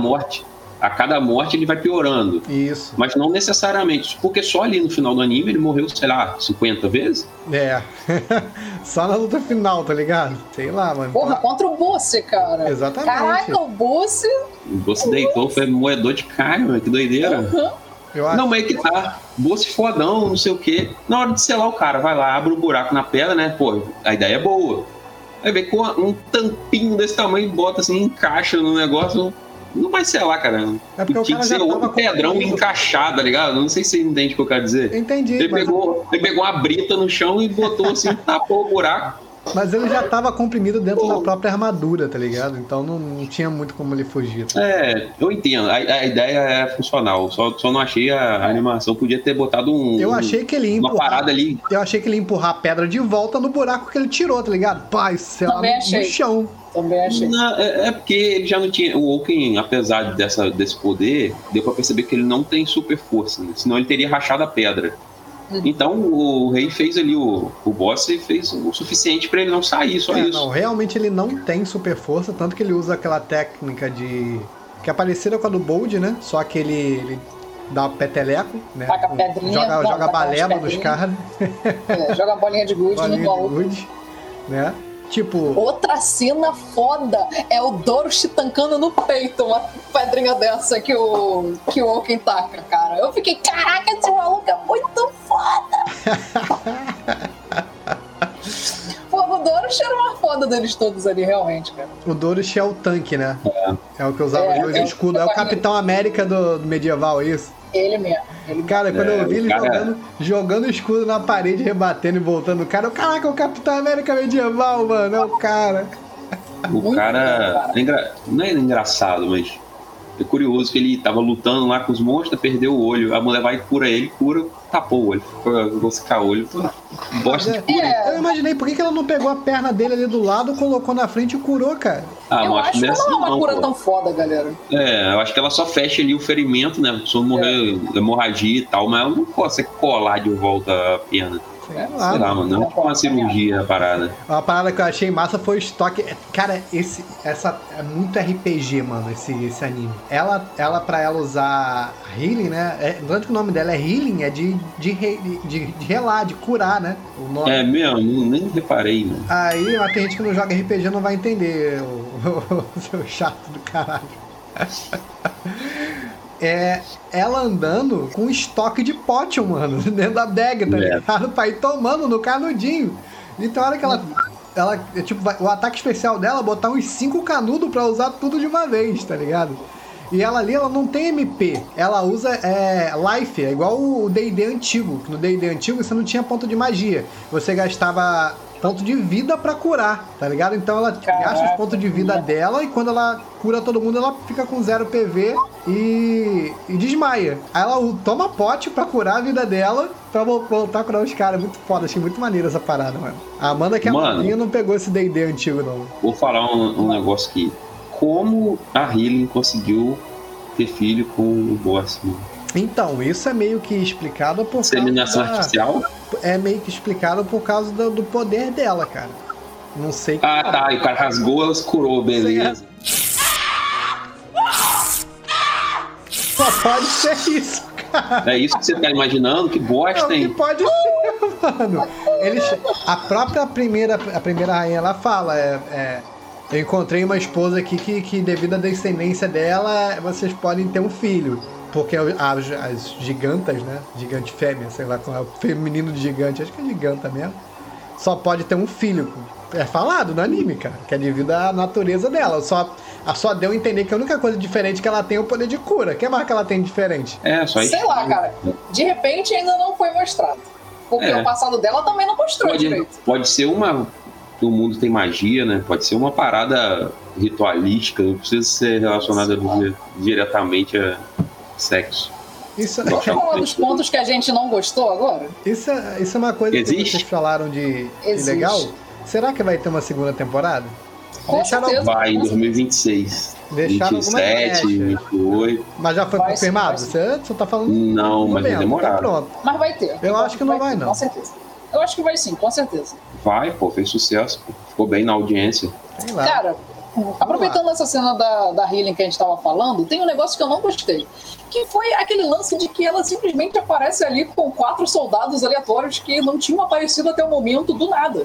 Speaker 3: cada morte ele vai piorando.
Speaker 2: Isso.
Speaker 3: Mas não necessariamente, porque só ali no final do anime ele morreu, sei lá, 50 vezes?
Speaker 2: É. Só na luta final, tá ligado? Sei lá, mano.
Speaker 4: Porra, contra o Bosse, cara.
Speaker 2: Exatamente.
Speaker 4: Caraca, o Bosse...
Speaker 3: O Bosse deitou, foi moedor de carne, mano, que doideira. Não, mas é que tá. Bosse fodão, não sei o quê. Na hora de selar o cara, vai lá, abre um buraco na pedra, né? Pô, a ideia é boa. Aí vem com um tampinho desse tamanho, bota assim, encaixa no negócio... Não vai ser lá, cara. Tinha que ser outro pedrão encaixado, tá ligado? Não sei se você entende o que eu quero dizer.
Speaker 2: Entendi.
Speaker 3: Ele pegou uma brita no chão e botou assim, tapou o buraco.
Speaker 2: Mas ele já tava comprimido dentro da própria armadura, tá ligado? Então não tinha muito como ele fugir. Tá?
Speaker 3: Eu entendo. A ideia é funcional. Só não achei a animação. Podia ter botado
Speaker 2: eu achei que ele ia
Speaker 3: uma parada ali.
Speaker 2: Eu achei que ele ia empurrar a pedra de volta no buraco que ele tirou, tá ligado? Pai, sei lá, no chão.
Speaker 4: Também achei.
Speaker 3: Não, é porque ele já não tinha... O Oaken, apesar desse poder, deu pra perceber que ele não tem super força, né? Senão ele teria rachado a pedra. Então o rei fez ali, o boss fez o suficiente pra ele não sair, só isso.
Speaker 2: Não, realmente ele não tem super força, tanto que ele usa aquela técnica que é parecida com a do Bold, né? Só que ele dá peteleco, né?
Speaker 4: Taca pedrinha,
Speaker 2: joga baleba nos caras.
Speaker 4: Joga bolinha de gude no maluco.
Speaker 2: Né? Tipo...
Speaker 4: Outra cena foda é o Doroshi tancando no peito uma pedrinha dessa que o Oaken taca, cara. Eu fiquei, caraca, esse maluco é muito foda! Pô, o Doroshi era uma foda deles todos ali, realmente, cara.
Speaker 2: O Doroshi é o tanque, né? É o que usava os dois escudos. É o Capitão América do medieval, é isso?
Speaker 4: Ele mesmo.
Speaker 2: Cara, quando eu vi ele jogando o escudo na parede, rebatendo e voltando, caraca, o Capitão América medieval, mano, é o cara.
Speaker 3: O cara, não é engraçado, mas É curioso que ele tava lutando lá com os monstros, perdeu o olho. A mulher vai e cura ele, tapou o olho. Vou secar o olho. Bosta de cura.
Speaker 2: Eu imaginei, por que ela não pegou a perna dele ali do lado, colocou na frente e curou, cara?
Speaker 4: Eu acho que não é uma cura tão foda, galera.
Speaker 3: Eu acho que ela só fecha ali o ferimento, né? A pessoa morrer hemorragia e tal, mas ela não consegue colar de volta a perna. Sei lá, mano, não é tipo uma cirurgia a parada.
Speaker 2: Uma parada que eu achei massa foi o estoque. Cara, essa é muito RPG, mano, esse anime. Ela pra ela usar healing, né? Tanto que o nome dela é healing, é de relar, de curar, né? O nome.
Speaker 3: É mesmo, nem reparei, mano.
Speaker 2: Aí, mas tem gente que não joga RPG não vai entender o seu chato do caralho. Ela andando com estoque de potion, mano, dentro da bag, tá ligado? Pra ir tomando no canudinho. Então, a hora que ela tipo, o ataque especial dela é botar uns 5 canudos pra usar tudo de uma vez, tá ligado? E ela ali, ela não tem MP, ela usa life, é igual o D&D antigo. No D&D antigo você não tinha ponto de magia, você gastava ponto de vida pra curar, tá ligado? Então ela gasta os pontos de vida dela e quando ela cura todo mundo, ela fica com 0 PV e desmaia. Aí ela toma pote pra curar a vida dela pra voltar a curar os caras. Muito foda, achei muito maneiro essa parada, mano. A Amanda, que é a madrinha, não pegou esse D&D antigo, não.
Speaker 3: Vou falar um negócio aqui. Como a Healing conseguiu ter filho com o boss?
Speaker 2: Então, isso é meio que explicado por causa
Speaker 3: Inseminação artificial?
Speaker 2: É meio que explicado por causa do poder dela, cara. Não sei.
Speaker 3: Tá. E o cara rasgou, ela se curou, beleza.
Speaker 2: Só pode ser isso, cara.
Speaker 3: É isso que você tá imaginando? Que bosta, hein?
Speaker 2: Que pode ser, mano. A própria primeira rainha, ela fala, eu encontrei uma esposa aqui que devido à descendência dela, vocês podem ter um filho. Porque as gigantas, né? Gigante fêmea, sei lá, com o feminino de gigante, acho que é giganta mesmo. Só pode ter um filho. É falado no anime, cara, que é devido à natureza dela. Só deu a entender que a única coisa diferente que ela tem é o poder de cura. O que mais que ela tem de diferente?
Speaker 3: Só isso.
Speaker 4: Sei lá, cara. De repente ainda não foi mostrado. Porque o passado dela também não mostrou direito.
Speaker 3: Pode ser o mundo tem magia, né? Pode ser uma parada ritualística, não precisa ser relacionada diretamente a sexo.
Speaker 2: Isso
Speaker 4: é um dos pontos que a gente não gostou agora.
Speaker 2: Isso é uma coisa que vocês falaram de legal. Será que vai ter uma segunda temporada?
Speaker 4: Com certeza.
Speaker 3: Vai em 2026.
Speaker 2: Deixaram
Speaker 3: 27, 28.
Speaker 2: Mas já foi confirmado? Você tá falando?
Speaker 3: Não, mas vai demorar.
Speaker 2: Pronto.
Speaker 4: Mas vai ter.
Speaker 2: Eu acho que não vai, não.
Speaker 4: Com certeza. Eu acho que vai sim, com certeza.
Speaker 3: Vai, pô, fez sucesso. Ficou bem na audiência.
Speaker 2: Sei lá.
Speaker 4: Cara, aproveitando essa cena da Healing que a gente tava falando, tem um negócio que eu não gostei. Que foi aquele lance de que ela simplesmente aparece ali com 4 soldados aleatórios que não tinham aparecido até o momento do nada.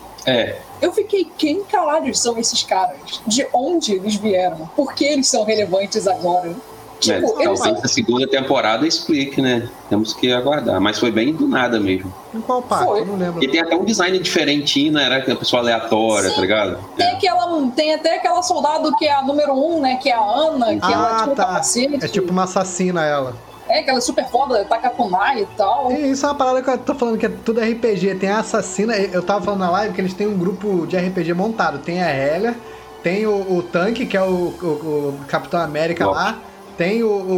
Speaker 4: Eu fiquei, quem caralho são esses caras? De onde eles vieram? Por que eles são relevantes agora?
Speaker 3: Talvez a segunda temporada explique, né? Temos que aguardar. Mas foi bem do nada mesmo.
Speaker 2: Em qual parte? Eu não lembro.
Speaker 3: E tem até um design diferentinho, né? Era aquela pessoa aleatória, tá ligado?
Speaker 4: Tem até aquela soldado que é a número 1, né? Que é a Ana, que ela tinha um capacete.
Speaker 2: É tipo uma assassina ela.
Speaker 4: Que ela é super foda, taca kunai e tal.
Speaker 2: Isso é uma parada que eu tô falando que é tudo RPG. Tem a assassina, eu tava falando na live que eles têm um grupo de RPG montado. Tem a Helia, tem o tanque, que é o Capitão América lá. Tem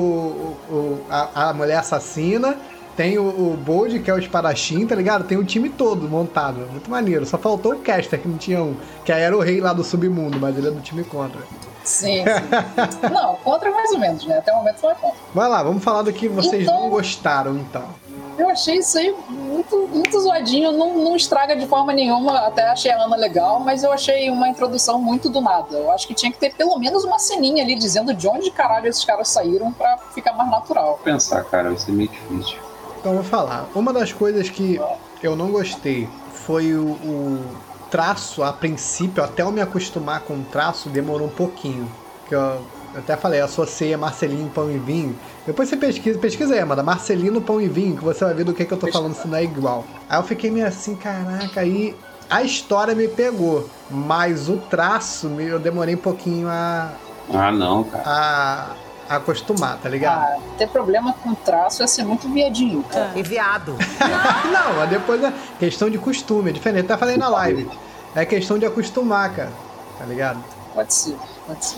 Speaker 2: a mulher assassina, tem o Bold, que é o espadachim, tá ligado? Tem o time todo montado, muito maneiro. Só faltou o Caster, que não tinha um, que aí era o rei lá do submundo, mas ele é do time contra.
Speaker 4: Sim. Não, contra mais ou menos, né? Até o momento foi contra.
Speaker 2: Vai lá, vamos falar do que vocês não gostaram, então.
Speaker 4: Eu achei isso aí muito zoadinho, não estraga de forma nenhuma, até achei a Ana legal, mas eu achei uma introdução muito do nada. Eu acho que tinha que ter pelo menos uma ceninha ali dizendo de onde caralho esses caras saíram pra ficar mais natural.
Speaker 3: Vou pensar, cara, vai ser meio difícil.
Speaker 2: Então vou falar. Uma das coisas que eu não gostei foi o traço, a princípio, até eu me acostumar com o traço, demorou um pouquinho. Que eu até falei, associei a Marcelino Pão e Vinho. Depois você pesquisa aí, mano, Marcelino Pão e Vinho, que você vai ver do que eu tô falando, se não é igual. Aí eu fiquei meio assim, caraca, aí a história me pegou, mas o traço, eu demorei um pouquinho
Speaker 3: não, cara.
Speaker 2: a acostumar, tá ligado?
Speaker 4: Ter problema com traço é ser muito viadinho, cara.
Speaker 8: E viado.
Speaker 2: Não, mas depois é questão de costume, é diferente. Até falei na live. É questão de acostumar, cara. Tá ligado?
Speaker 4: Pode ser.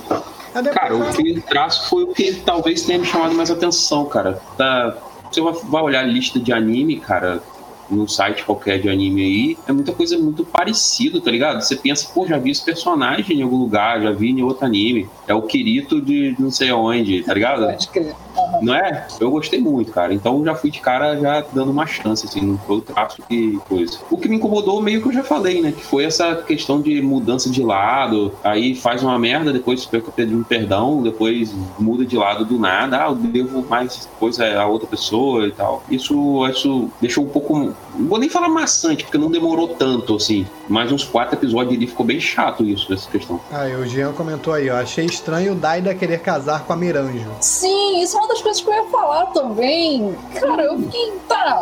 Speaker 3: Cara, o traço foi o que talvez tenha me chamado mais atenção, cara. Você vai olhar a lista de anime, cara, num site qualquer de anime aí, é muita coisa muito parecida, tá ligado? Você pensa, pô, já vi esse personagem em algum lugar, já vi em outro anime. É o Kirito de não sei onde, tá ligado?
Speaker 4: Pode crer.
Speaker 3: Não é? Eu gostei muito, cara. Então já fui de cara já dando uma chance, assim, não foi o traço que coisa. O que me incomodou meio que eu já falei, né? Que foi essa questão de mudança de lado, aí faz uma merda, depois fica pedindo perdão, depois muda de lado do nada, eu devo mais coisa a outra pessoa e tal. Isso deixou um pouco, não vou nem falar maçante, porque não demorou tanto, assim. Mas uns 4 episódios ali ficou bem chato isso, essa questão.
Speaker 2: E o Jean comentou aí, ó, achei estranho o Daida querer casar com a Miranjo.
Speaker 4: Sim, isso é uma das coisas que eu ia falar também. Cara, eu fiquei,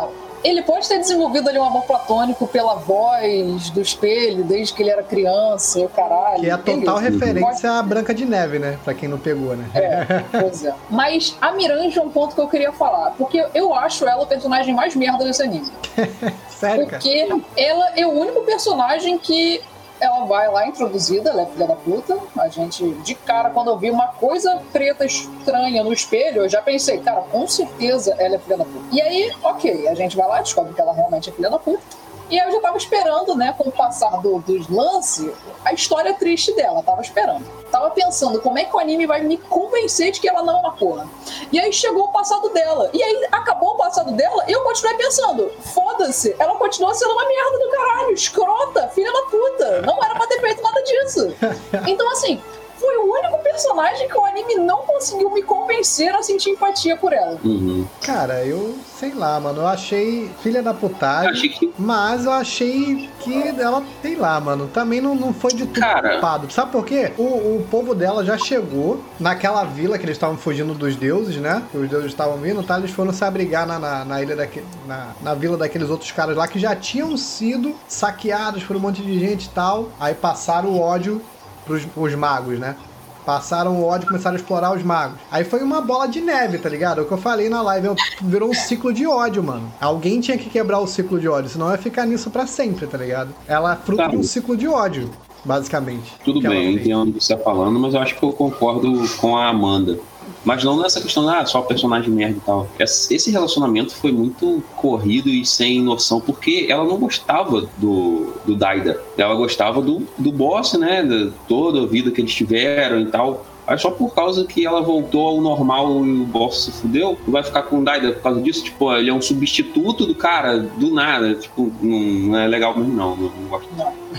Speaker 4: ele pode ter desenvolvido ali um amor platônico pela voz do espelho, desde que ele era criança, o caralho.
Speaker 2: Que é a total referência à Branca de Neve, né? Pra quem não pegou, né?
Speaker 4: Pois é. Mas a Miranjo é um ponto que eu queria falar, porque eu acho ela o personagem mais merda desse anime.
Speaker 2: Sério, cara?
Speaker 4: Porque ela é o único personagem que ela vai lá introduzida, ela é filha da puta. A gente, de cara, quando eu vi uma coisa preta estranha no espelho, eu já pensei, cara, com certeza ela é filha da puta. E aí, ok, a gente vai lá, descobre que ela realmente é filha da puta. E aí eu já tava esperando, né, com o passar dos lances, a história triste dela, tava esperando. Tava pensando, como é que o anime vai me convencer de que ela não é uma porra? E aí chegou o passado dela. E aí acabou o passado dela e eu continuei pensando, foda-se, ela continua sendo uma merda do caralho, escrota, filha da puta. Não era pra ter feito nada disso. Então assim, foi o único personagem que o anime não conseguiu me convencer a sentir empatia por ela.
Speaker 2: Cara, eu sei lá, mano. Eu achei filha da putagem, mas eu achei que ela, sei lá, mano, também não foi de tudo culpado. Sabe por quê? O povo dela já chegou naquela vila que eles estavam fugindo dos deuses, né? Que os deuses estavam vindo, tá? Eles foram se abrigar na ilha na vila daqueles outros caras lá que já tinham sido saqueados por um monte de gente e tal. Aí passaram o ódio pros magos, né? Passaram o ódio e começaram a explorar os magos. Aí foi uma bola de neve, tá ligado? É o que eu falei na live, virou um ciclo de ódio, mano. Alguém tinha que quebrar o ciclo de ódio, senão ia ficar nisso pra sempre, tá ligado? Ela é fruto de um ciclo de ódio, basicamente.
Speaker 3: Tudo bem, eu entendo o que você tá falando, mas eu acho que eu concordo com a Amanda. Mas não nessa questão, só personagem merda e tal. Esse relacionamento foi muito corrido e sem noção, porque ela não gostava do Daida. Ela gostava do boss, né? De toda a vida que eles tiveram e tal. Aí só por causa que ela voltou ao normal e o boss se fudeu, vai ficar com o Daida por causa disso? Tipo, ele é um substituto do cara, do nada. Tipo, não é legal mesmo, não gosto.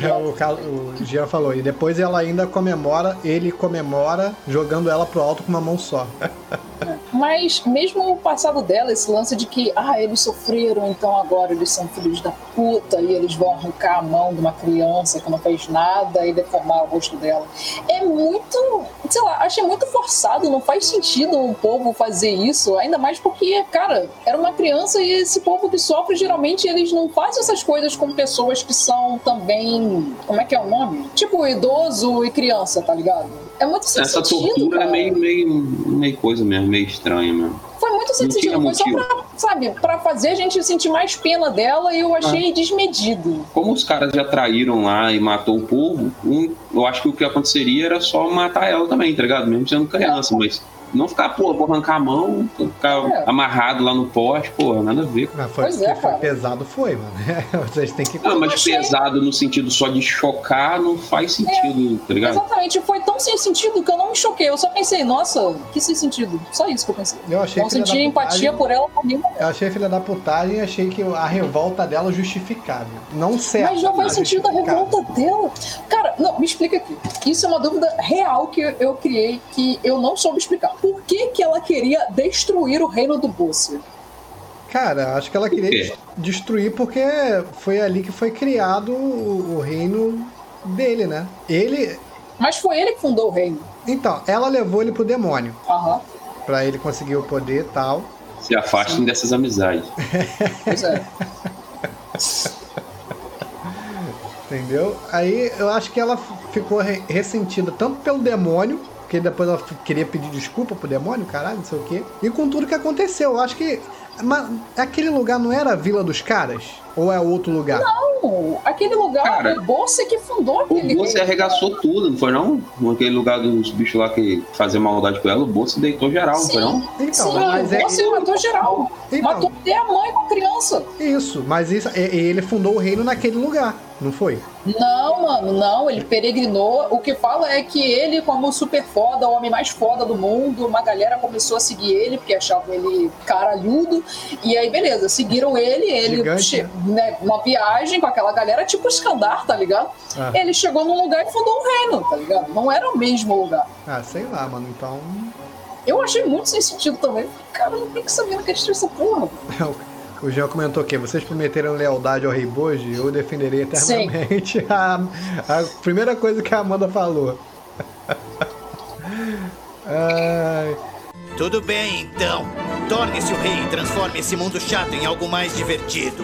Speaker 2: O Jean falou, e depois ele comemora jogando ela pro alto com uma mão só.
Speaker 4: Mas mesmo o passado dela, esse lance de que eles sofreram, então agora eles são filhos da puta e eles vão arrancar a mão de uma criança que não fez nada e deformar o rosto dela, é muito, sei lá, achei muito forçado, não faz sentido um povo fazer isso, ainda mais porque, cara, era uma criança e esse povo que sofre, geralmente eles não fazem essas coisas com pessoas que são também, como é que é o nome? Tipo, idoso e criança, tá ligado? É muito sem
Speaker 3: essa
Speaker 4: sentido,
Speaker 3: tortura
Speaker 4: cara.
Speaker 3: é meio coisa mesmo, meio estranha mesmo.
Speaker 4: Foi muito sem sentido, foi só pra fazer a gente sentir mais pena dela e eu achei desmedido.
Speaker 3: Como os caras já traíram lá e matou o povo, eu acho que o que aconteceria era só matar ela também, tá ligado? Mesmo sendo criança, mas não ficar, vou arrancar a mão, ficar amarrado lá no poste, nada a ver.
Speaker 2: Mas foi pesado, mano. Vocês têm que...
Speaker 3: Não, mas pesado no sentido só de chocar não faz sentido, tá ligado?
Speaker 4: Exatamente, foi tão sem sentido que eu não me choquei. Eu só pensei, nossa, que sem sentido. Só isso que eu pensei.
Speaker 2: Eu achei
Speaker 4: não senti empatia por ela.
Speaker 2: Eu achei filha da putagem e achei que a revolta dela justificável. Não certo.
Speaker 4: Mas não faz sentido a revolta dela. Cara, não, me explica aqui. Isso é uma dúvida real que eu criei, que eu não soube explicar. Por que ela queria destruir o reino do Bosse?
Speaker 2: Cara, acho que ela queria destruir porque foi ali que foi criado o reino dele, né?
Speaker 4: Mas foi ele que fundou o reino.
Speaker 2: Então, ela levou ele pro demônio. Pra ele conseguir o poder e tal.
Speaker 3: Se afastem dessas amizades.
Speaker 4: Pois é.
Speaker 2: Entendeu? Aí eu acho que ela ficou ressentida tanto pelo demônio, porque depois ela queria pedir desculpa pro demônio, caralho, não sei o quê. E com tudo que aconteceu, eu acho que... Mas aquele lugar não era a Vila dos Caras? Ou é outro lugar?
Speaker 4: Não, Não, aquele lugar,
Speaker 3: Cara,
Speaker 4: o Bolsa que fundou aquele.
Speaker 3: O Bolsa arregaçou tudo, não foi não? Aquele lugar dos bichos lá que faziam maldade com ela, o Bolsa deitou geral, não foi não?
Speaker 2: Então,
Speaker 4: Sim,
Speaker 2: mas
Speaker 4: o Bolsa matou geral.
Speaker 2: Então.
Speaker 4: Matou até a mãe com a criança.
Speaker 2: Isso, mas ele fundou o reino naquele lugar, não foi?
Speaker 4: Não, mano, não, ele peregrinou. O que fala é que ele, como super foda, o homem mais foda do mundo, uma galera começou a seguir ele, porque achavam ele caralhudo. E aí, beleza, seguiram ele
Speaker 2: Gigante,
Speaker 4: né, uma viagem com aquela galera, tipo Iskandar, tá ligado? Ele chegou num lugar e fundou um reino, tá ligado? Não era o mesmo lugar.
Speaker 2: Ah, sei lá, mano, então...
Speaker 4: Eu achei muito sem sentido também. Cara, não tem que saber que destruir essa porra.
Speaker 2: O Jean comentou que vocês prometeram lealdade ao Rei Boji, eu defenderei eternamente a primeira coisa que a Amanda falou.
Speaker 10: Tudo bem, então. Torne-se o rei e transforme esse mundo chato em algo mais divertido.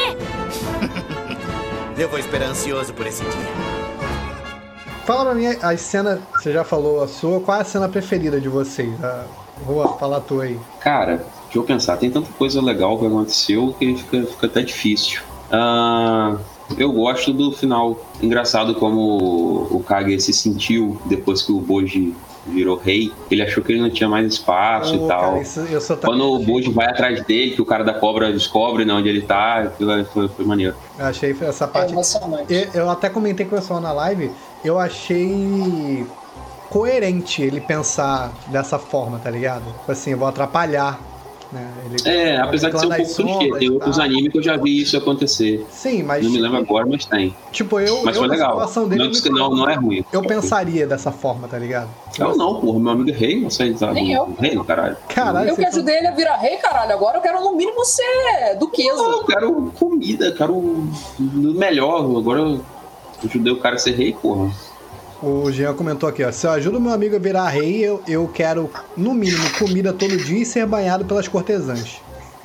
Speaker 10: Eu vou esperar ansioso por esse dia.
Speaker 2: Fala pra mim as cenas, você já falou a sua, qual é a cena preferida de vocês? Vou falar a tua aí.
Speaker 3: Cara, deixa eu pensar, tem tanta coisa legal que aconteceu que fica até difícil. Eu gosto do final. Engraçado como o Kage se sentiu depois que o Boji virou rei. Ele achou que ele não tinha mais espaço e tal.
Speaker 2: Cara,
Speaker 3: quando o Boji vai atrás dele, que o cara da cobra descobre onde ele tá, foi maneiro.
Speaker 2: Eu achei essa parte... Eu até comentei com o pessoal na live, eu achei coerente ele pensar dessa forma, tá ligado? Tipo assim, eu vou atrapalhar. Né?
Speaker 3: Apesar de ser um pouco clichê, tem outros animes que eu já vi isso acontecer.
Speaker 2: Sim, mas...
Speaker 3: Não me lembro agora, mas tem.
Speaker 2: Tipo,
Speaker 3: mas foi legal.
Speaker 2: Dele,
Speaker 3: não é ruim.
Speaker 2: Eu pensaria dessa forma, tá ligado?
Speaker 3: Eu não, porra. Meu amigo é rei, você sabe.
Speaker 4: Nem eu.
Speaker 3: Rei, caralho.
Speaker 4: Eu que ajudei ele a virar rei, caralho. Agora eu quero no mínimo ser duquesa.
Speaker 3: Não, eu quero comida, quero o melhor. Agora eu ajudei o cara a ser rei, porra.
Speaker 2: O Jean comentou aqui, ó. Se eu ajudo meu amigo a virar rei, eu quero, no mínimo, comida todo dia e ser banhado pelas cortesãs.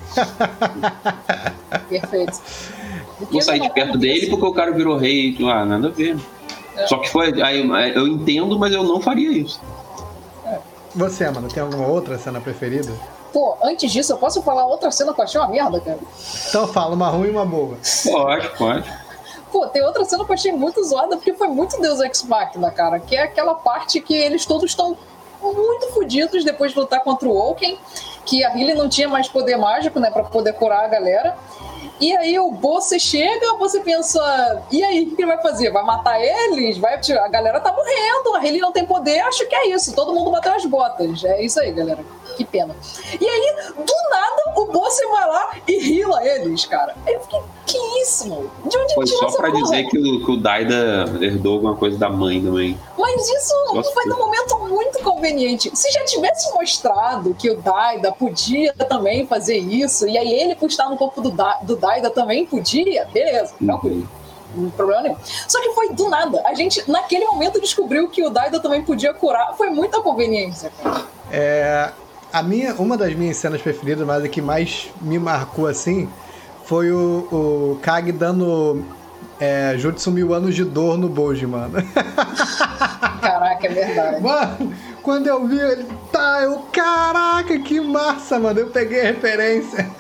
Speaker 4: Perfeito.
Speaker 3: Vou sair de perto dele porque o cara virou rei. Nada a ver. Só que foi. Eu entendo, mas eu não faria isso.
Speaker 2: Você, mano, tem alguma outra cena preferida?
Speaker 4: Pô, antes disso, eu posso falar outra cena que eu achei uma merda, cara?
Speaker 2: Então fala, uma ruim e uma boa.
Speaker 3: Pode.
Speaker 4: Pô, tem outra cena que eu achei muito zoada, porque foi muito Deus Ex Machina, cara. Que é aquela parte que eles todos estão muito fodidos depois de lutar contra o Woken, que a Hylia não tinha mais poder mágico, né, pra poder curar a galera. E aí o Bolsa chega, você pensa, e aí, o que ele vai fazer? Vai matar eles? A galera tá morrendo, a Hylia não tem poder, acho que é isso. Todo mundo bateu as botas. É isso aí, galera. Que pena. E aí, do nada, o Bolsa vai lá e rila eles, cara. Aí eu fiquei, que isso, mano? De onde
Speaker 3: foi só pra dizer que o Daida herdou alguma coisa da mãe também.
Speaker 4: Mas isso foi num momento muito conveniente. Se já tivesse mostrado que o Daida podia também fazer isso, e aí ele, por estar no corpo do Daida, também podia, beleza, tranquilo. Não problema nenhum. Só que foi do nada. A gente, naquele momento, descobriu que o Daida também podia curar. Foi muita conveniência, cara.
Speaker 2: Uma das minhas cenas preferidas, mas a que mais me marcou assim, foi o Kage dando Jutsu 1000 anos de dor no Boji, mano.
Speaker 4: Caraca, é verdade.
Speaker 2: Mano, quando eu vi ele, caraca, que massa, mano. Eu peguei a referência.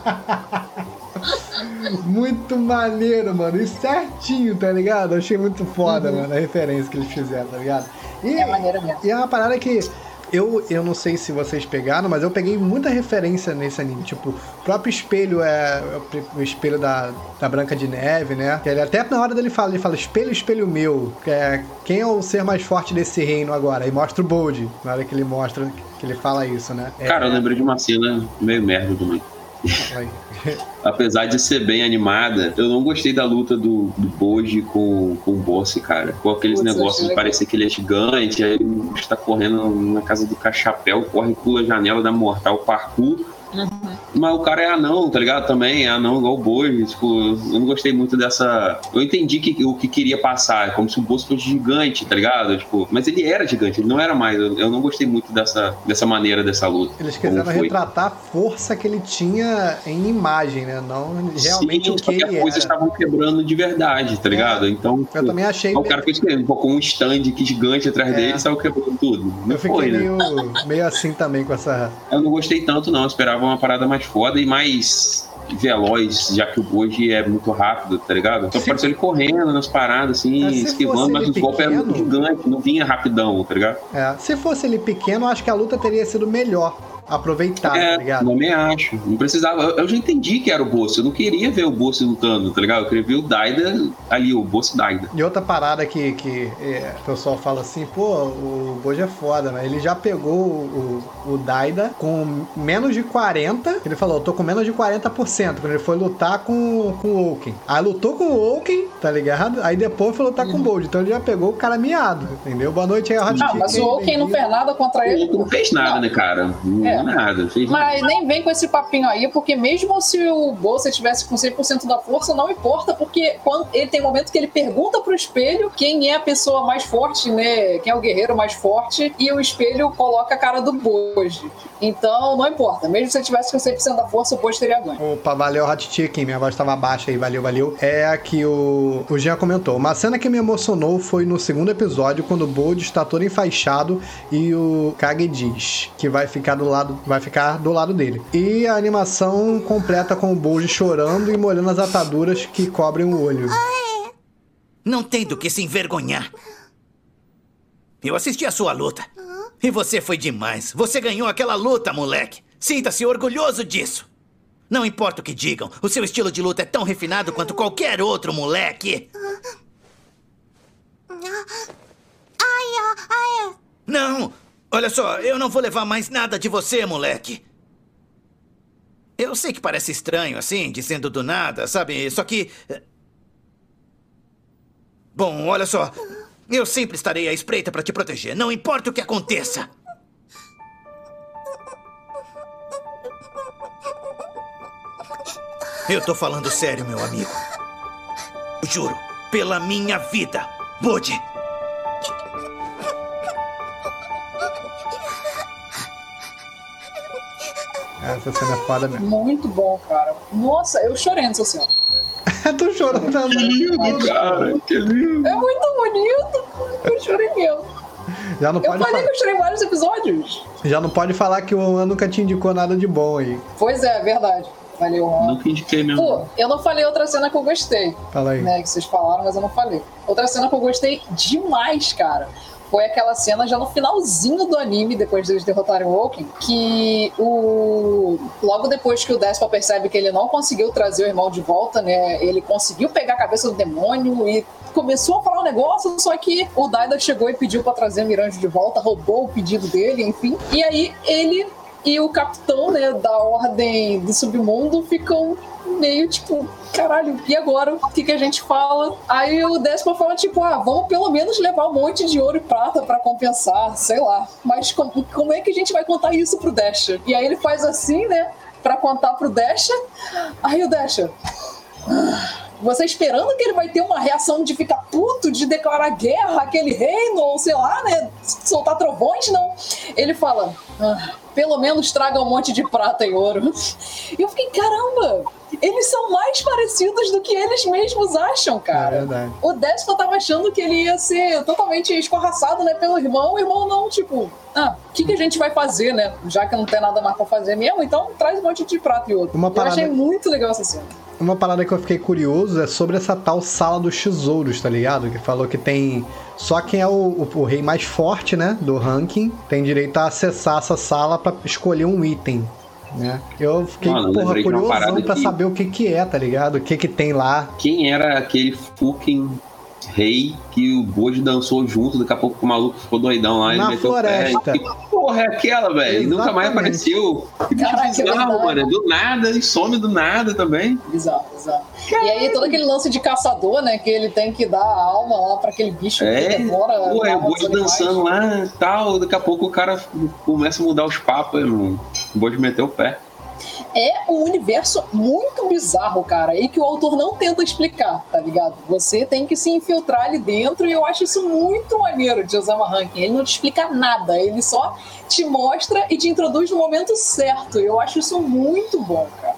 Speaker 2: Muito maneiro, mano. E certinho, tá ligado? Eu achei muito foda, mano, a referência que eles fizeram, tá ligado?
Speaker 4: É maneiro mesmo.
Speaker 2: E é uma parada que eu não sei se vocês pegaram, mas eu peguei muita referência nesse anime. Tipo, o próprio espelho é o espelho da Branca de Neve, né? Que ele, até na hora dele fala, espelho, espelho meu. Quem é o ser mais forte desse reino agora? Aí mostra o Boji, na hora que ele mostra, que ele fala isso, né?
Speaker 3: Cara, eu lembrei de uma cena meio merda também. Apesar de ser bem animada, eu não gostei da luta do Boji com o boss, cara. Com aqueles negócios de parecer que ele é gigante, aí ele está correndo na casa do Cachapéu, pula a janela da Mortal Parkour. Mas o cara é anão, tá ligado? Também é anão igual o Boji. Tipo, eu não gostei muito dessa... Eu entendi o que queria passar, como se o boss fosse gigante, tá ligado? Tipo, mas ele era gigante, ele não era mais. Eu não gostei muito dessa maneira dessa luta.
Speaker 2: Eles quiseram retratar a força que ele tinha em imagem, né? Não realmente o que ele era. As
Speaker 3: coisas estavam quebrando de verdade, tá ligado? Então,
Speaker 2: eu também achei...
Speaker 3: O cara fez com um stand que gigante atrás dele e saiu quebrando tudo. Não
Speaker 2: eu fiquei
Speaker 3: né?
Speaker 2: meio assim também com essa...
Speaker 3: Eu não gostei tanto, não. Eu esperava uma parada mais foda e mais veloz, já que o Boji é muito rápido, tá ligado? Só pareceu ele correndo nas paradas, assim, esquivando, mas o golpe era muito gigante, não vinha rapidão, tá ligado?
Speaker 2: Se fosse ele pequeno, acho que a luta teria sido melhor. Aproveitar, tá ligado?
Speaker 3: Não me acho. Não precisava. Eu já entendi que era o Boss. Eu não queria ver o Boss lutando, tá ligado? Eu queria ver o Daida ali, o Boss Daida.
Speaker 2: E outra parada que o pessoal fala assim, pô, o Boji é foda, né? Ele já pegou o Daida com menos de 40%. Ele falou, eu tô com menos de 40%. Quando ele foi lutar com o Oaken. Aí lutou com o Oaken, tá ligado? Aí depois foi lutar com o Boji. Então ele já pegou o cara miado, entendeu? Boa noite aí, Hot Chicken.
Speaker 4: Mas o Oaken não fez nada contra ele.
Speaker 3: Não fez nada, né, cara? Nada.
Speaker 4: Mas nem vem com esse papinho aí, porque mesmo se o Bolsa estivesse com 100% da força, não importa, porque quando ele tem um momento que ele pergunta pro espelho quem é a pessoa mais forte, né? Quem é o guerreiro mais forte, e o espelho coloca a cara do Boji. Então, não importa. Mesmo se ele tivesse com 100% da força, o Boji teria ganho.
Speaker 2: Opa, valeu, Hot Chicken. Minha voz estava baixa aí, valeu. É a que o Jean comentou. Uma cena que me emocionou foi no segundo episódio, quando o Boji está todo enfaixado e o Kage diz que vai ficar do lado dele. E a animação completa com o Boji chorando e molhando as ataduras que cobrem o olho.
Speaker 10: Não tem do que se envergonhar. Eu assisti a sua luta. E você foi demais. Você ganhou aquela luta, moleque. Sinta-se orgulhoso disso. Não importa o que digam, o seu estilo de luta é tão refinado quanto qualquer outro, moleque. Não! Olha só, eu não vou levar mais nada de você, moleque. Eu sei que parece estranho, assim, dizendo do nada, sabe? Só que... Bom, olha só. Eu sempre estarei à espreita para te proteger, não importa o que aconteça. Eu tô falando sério, meu amigo. Juro, pela minha vida. Boji.
Speaker 2: Essa cena é foda mesmo.
Speaker 4: Muito bom, cara. Nossa, eu chorei nessa cena.
Speaker 2: Tô chorando.
Speaker 3: Que lindo, cara. Que lindo.
Speaker 4: É muito bonito. Eu chorei mesmo.
Speaker 2: Já não pode
Speaker 4: eu falei que eu chorei em vários episódios.
Speaker 2: Já não pode falar que o Juan nunca te indicou nada de bom aí.
Speaker 4: Pois é, verdade. Valeu, Juan.
Speaker 3: Nunca indiquei mesmo.
Speaker 4: Pô, eu não falei outra cena que eu gostei.
Speaker 2: Fala aí.
Speaker 4: Né, que vocês falaram, mas eu não falei. Outra cena que eu gostei demais, cara, foi aquela cena já no finalzinho do anime, depois deles derrotarem o Oaken, que logo depois que o Despa percebe que ele não conseguiu trazer o irmão de volta, né, ele conseguiu pegar a cabeça do demônio e começou a falar um negócio, só que o Daida chegou e pediu pra trazer o Miranjo de volta, roubou o pedido dele, enfim. E aí ele e o capitão, né, da Ordem do Submundo ficam meio tipo, caralho, e agora? O que a gente fala? Aí o Despa fala tipo, vamos pelo menos levar um monte de ouro e prata pra compensar, sei lá. Mas como é que a gente vai contar isso pro Dasha? E aí ele faz assim, né, pra contar pro Dasha. Aí o Dasha... Você esperando que ele vai ter uma reação de ficar puto, de declarar guerra àquele reino, ou sei lá, né, soltar trovões, não. Ele fala, pelo menos traga um monte de prata e ouro. E eu fiquei, caramba, eles são mais parecidos do que eles mesmos acham, cara.
Speaker 2: É verdade.
Speaker 4: O Despa tava achando que ele ia ser totalmente escorraçado, né, pelo irmão. O irmão não, tipo, o que a gente vai fazer, né? Já que não tem nada mais pra fazer mesmo, então traz um monte de prata e ouro. Eu achei muito legal essa cena.
Speaker 2: Uma parada que eu fiquei curioso é sobre essa tal sala dos tesouros, tá ligado? Que falou que tem... Só quem é o rei mais forte, né, do ranking, tem direito a acessar essa sala pra escolher um item, né? Eu fiquei, curiosão pra saber o que é, tá ligado? O que tem lá.
Speaker 3: Quem era aquele fucking rei que o Boji dançou junto, daqui a pouco o maluco ficou doidão lá.
Speaker 2: Na floresta.
Speaker 3: Que porra é aquela, velho? Nunca mais apareceu.
Speaker 4: Caraca,
Speaker 3: bizarro, mano. Do nada, e some do nada também.
Speaker 4: Bizarro. E aí todo aquele lance de caçador, né? Que ele tem que dar a alma lá pra aquele bicho que demora.
Speaker 3: Pô, é o Boji dançando lá e tal. Daqui a pouco o cara começa a mudar os papos, mano. O Boji meteu o pé.
Speaker 4: É um universo muito bizarro, cara, e que o autor não tenta explicar, tá ligado? Você tem que se infiltrar ali dentro e eu acho isso muito maneiro de Osama Rankin. Ele não te explica nada, ele só te mostra e te introduz no momento certo. Eu acho isso muito bom, cara.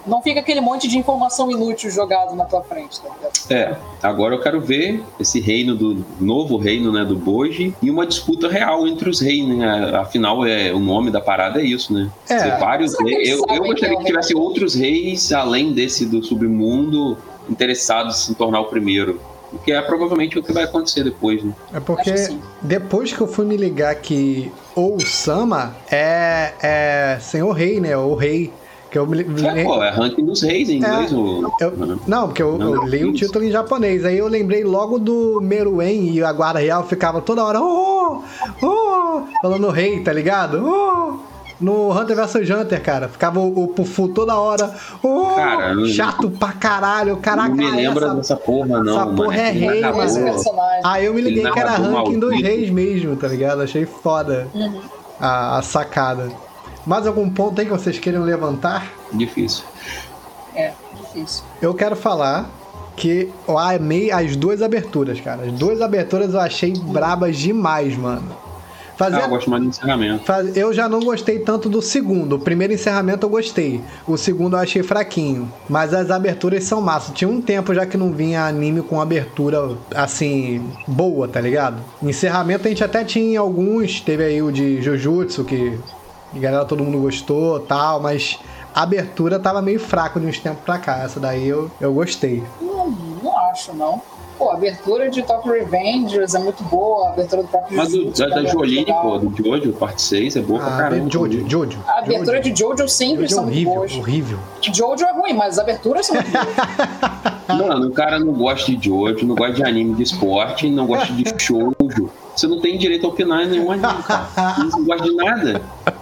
Speaker 4: Não fica aquele monte de informação inútil jogado na tua frente, tá ligado?
Speaker 3: Agora eu quero ver esse novo reino, né, do Boji, e uma disputa real entre os reis, né? Afinal, o nome da parada é isso, né? Ter vários reis. Eu gostaria que tivesse outros reis, além desse do submundo, interessados em tornar o primeiro. Que é provavelmente o que vai acontecer depois, né?
Speaker 2: É porque depois que eu fui me ligar que Osama é Senhor Rei, né? O rei. Que eu
Speaker 3: é ranking dos reis em inglês.
Speaker 2: Não, porque eu li o título em japonês. Aí eu lembrei logo do Meruem e a guarda real ficava toda hora falando rei, tá ligado? No Hunter vs Hunter, cara. Ficava o Pufu toda hora. Cara, chato pra caralho. Caraca,
Speaker 3: não me lembra dessa porra, não.
Speaker 2: Essa porra é rei, mano. Aí eu me liguei que era ranking dos reis mesmo, tá ligado? Achei foda a sacada. Mais algum ponto aí que vocês queiram levantar?
Speaker 3: Difícil.
Speaker 4: Difícil.
Speaker 2: Eu quero falar que eu amei as duas aberturas, cara. As duas aberturas eu achei brabas demais, mano.
Speaker 3: Eu gosto mais do encerramento.
Speaker 2: Eu já não gostei tanto do segundo. O primeiro encerramento eu gostei. O segundo eu achei fraquinho. Mas as aberturas são massas. Tinha um tempo já que não vinha anime com abertura, assim, boa, tá ligado? Encerramento a gente até tinha alguns. Teve aí o de Jujutsu, que a galera, todo mundo gostou e tal. Mas a abertura tava meio fraco de uns tempos pra cá. Essa daí eu gostei.
Speaker 4: Não acho, não. Pô, a abertura de Top Revengers é muito boa, a abertura do próprio
Speaker 3: Jujutsu. Mas da Joline, pô, do Jojo, parte 6, é boa pra caramba.
Speaker 2: Jojo.
Speaker 4: A abertura de Jojo sempre são muito boas.
Speaker 2: Horrível.
Speaker 4: Jojo é ruim, mas as aberturas são muito boas.
Speaker 3: Mano, o cara não gosta de Jojo, não gosta de anime de esporte, não gosta de shoujo. Você não tem direito a opinar em nenhum anime, cara. Você não gosta de nada.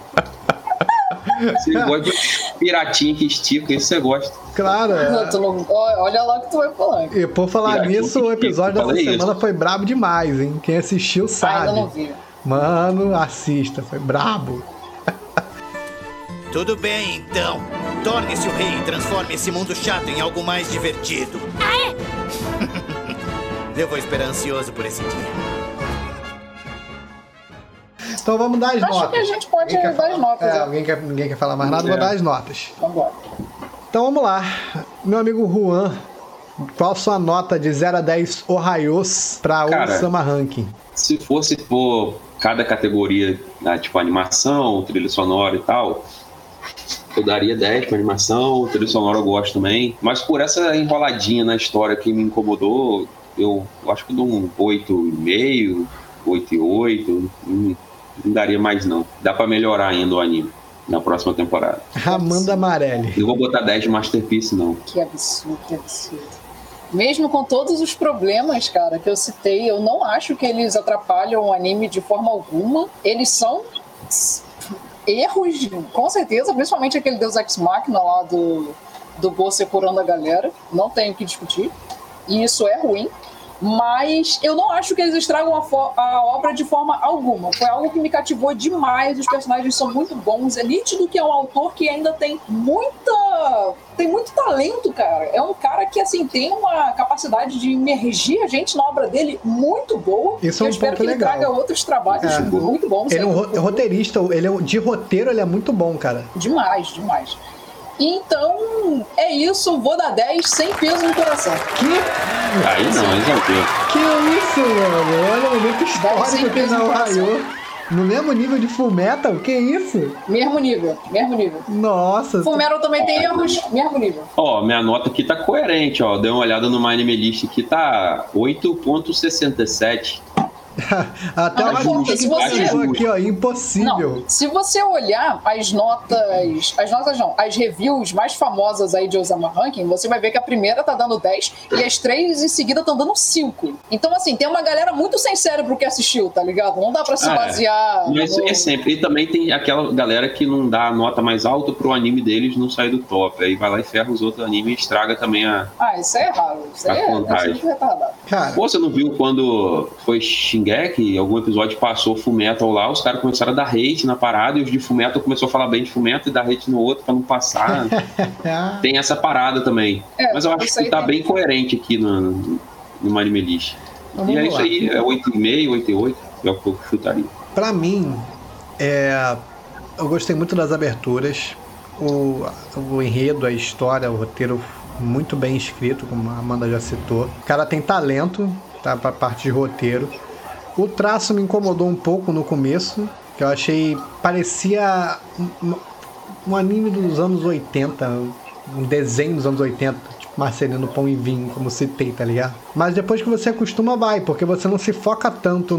Speaker 3: Você gosta de piratinha que estica, isso você gosta.
Speaker 2: Claro.
Speaker 4: Olha lá o que tu vai falar.
Speaker 2: E por falar nisso, o episódio dessa semana foi brabo demais, hein? Quem assistiu sabe.
Speaker 4: Ainda não vi.
Speaker 2: Mano, assista, foi brabo.
Speaker 10: Tudo bem, então. Torne-se o rei e transforme esse mundo chato em algo mais divertido. Eu vou esperar ansioso por esse dia.
Speaker 2: Então vamos dar as notas.
Speaker 4: Acho que a gente pode dar as notas.
Speaker 2: Ninguém quer falar mais nada, vou dar as notas.
Speaker 4: Vambora.
Speaker 2: Então vamos lá. Meu amigo Juan, qual sua nota de 0 a 10 Ohayos pra Osama Ranking?
Speaker 3: Se fosse por cada categoria, né, tipo animação, trilha sonora e tal, eu daria 10 pra animação, trilha sonora eu gosto também. Mas por essa enroladinha na história que me incomodou, eu acho que eu dou um 8,5, 8,8. Não daria mais não. Dá pra melhorar ainda o anime na próxima temporada.
Speaker 2: Amanda Amarelli.
Speaker 3: Não vou botar 10 de Masterpiece, não.
Speaker 4: Que absurdo, que absurdo. Mesmo com todos os problemas, cara, que eu citei, eu não acho que eles atrapalham o anime de forma alguma. Eles são erros, com certeza, principalmente aquele Deus Ex Machina lá do Bolsa curando a galera. Não tenho o que discutir. E isso é ruim. Mas eu não acho que eles estragam a obra de forma alguma. Foi algo que me cativou demais. Os personagens são muito bons. É nítido que é um autor que ainda tem muito talento, cara. É um cara que, assim, tem uma capacidade de imergir a gente na obra dele muito boa.
Speaker 2: Isso é um
Speaker 4: eu espero
Speaker 2: ponto
Speaker 4: que
Speaker 2: legal.
Speaker 4: Ele traga outros trabalhos muito bons.
Speaker 2: Ele é um roteirista. De roteiro, ele é muito bom, cara.
Speaker 4: Demais, demais. Então, é isso. Vou dar 10 sem peso no coração.
Speaker 3: Aí não, exagero.
Speaker 2: Que isso, mano? Olha o momento histórico aqui na Ohayou. No mesmo nível de Fullmetal? Que isso?
Speaker 4: Mesmo nível.
Speaker 2: Nossa.
Speaker 4: Fullmetal também tem erros, mesmo nível.
Speaker 3: Ó, minha nota aqui tá coerente, ó. Dei uma olhada no My Anime List aqui, tá 8,67.
Speaker 2: Até uma aqui, ó, impossível.
Speaker 4: Não, se você olhar as reviews mais famosas aí de Osama Ranking, você vai ver que a primeira tá dando 10 e as 3 em seguida estão dando 5. Então, assim, tem uma galera muito sem cérebro que assistiu, tá ligado? Não dá pra se basear.
Speaker 3: Mas é sempre. E também tem aquela galera que não dá a nota mais alta pro anime deles não sair do top. Aí vai lá e ferra os outros animes e estraga também a.
Speaker 4: Isso é errado. Isso é muito retardado.
Speaker 3: Pô, você não viu quando foi Shingeki, algum episódio passou Fullmetal lá, os caras começaram a dar hate na parada e os de Fullmetal começou a falar bem de Fullmetal e dar hate no outro pra não passar. Tem essa parada também. Mas eu acho que tá bem coerente aqui no Anime List. E é isso aí, é 8,5, 8,8, é o que eu chutaria.
Speaker 2: Pra mim, eu gostei muito das aberturas. o enredo, a história, o roteiro muito bem escrito, como a Amanda já citou. O cara tem talento, tá, pra parte de roteiro. O traço me incomodou um pouco no começo, que eu achei... parecia um anime dos anos 80, um desenho dos anos 80, tipo Marcelino Pão e Vinho, como citei, tá ligado? Mas depois que você acostuma, vai, porque você não se foca tanto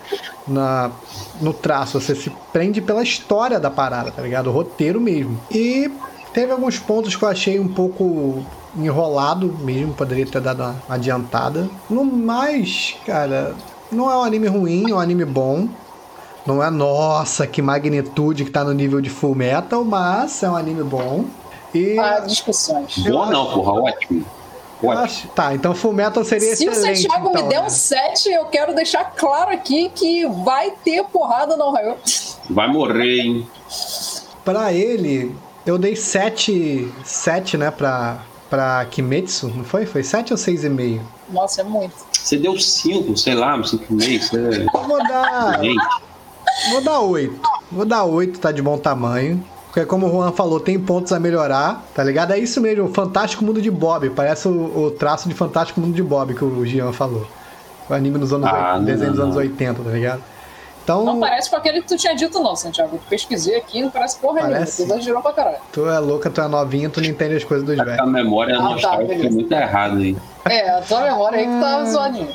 Speaker 2: no traço, você se prende pela história da parada, tá ligado? O roteiro mesmo. E teve alguns pontos que eu achei um pouco enrolado mesmo, poderia ter dado uma adiantada. No mais, cara, não é um anime ruim, é um anime bom. Não é, nossa, que magnitude que tá no nível de Full Metal, mas é um anime bom. E
Speaker 4: discussões.
Speaker 3: Bom não, porra, ótimo.
Speaker 2: Tá, então Full Metal seria
Speaker 4: Se
Speaker 2: excelente.
Speaker 4: Se o Santiago
Speaker 2: então,
Speaker 4: me der um 7, eu quero deixar claro aqui que vai ter porrada no Ohio.
Speaker 3: Vai morrer, hein?
Speaker 2: Pra ele, eu dei 7, né, pra Kimetsu, não foi? Foi 7 ou 6,5?
Speaker 4: Nossa, é muito.
Speaker 3: Você deu 5, sei lá, 5,5.
Speaker 2: Vou dar 8. Vou dar 8, tá de bom tamanho. Porque como o Juan falou, tem pontos a melhorar, tá ligado? É isso mesmo, o Fantástico Mundo de Bob. Parece o traço de Fantástico Mundo de Bob que o Jean falou. O anime dos anos 80, desenho dos anos 80, tá ligado? Então,
Speaker 4: não parece com aquele que tu tinha dito não, Santiago. Eu pesquisei aqui, não parece porra nenhuma. Tu exagerou pra caralho.
Speaker 2: Tu é louca, tu é novinha, tu não entende as coisas dos velhos.
Speaker 3: A memória nostálgica é muito errada aí.
Speaker 4: A tua memória aí que tá zoadinha.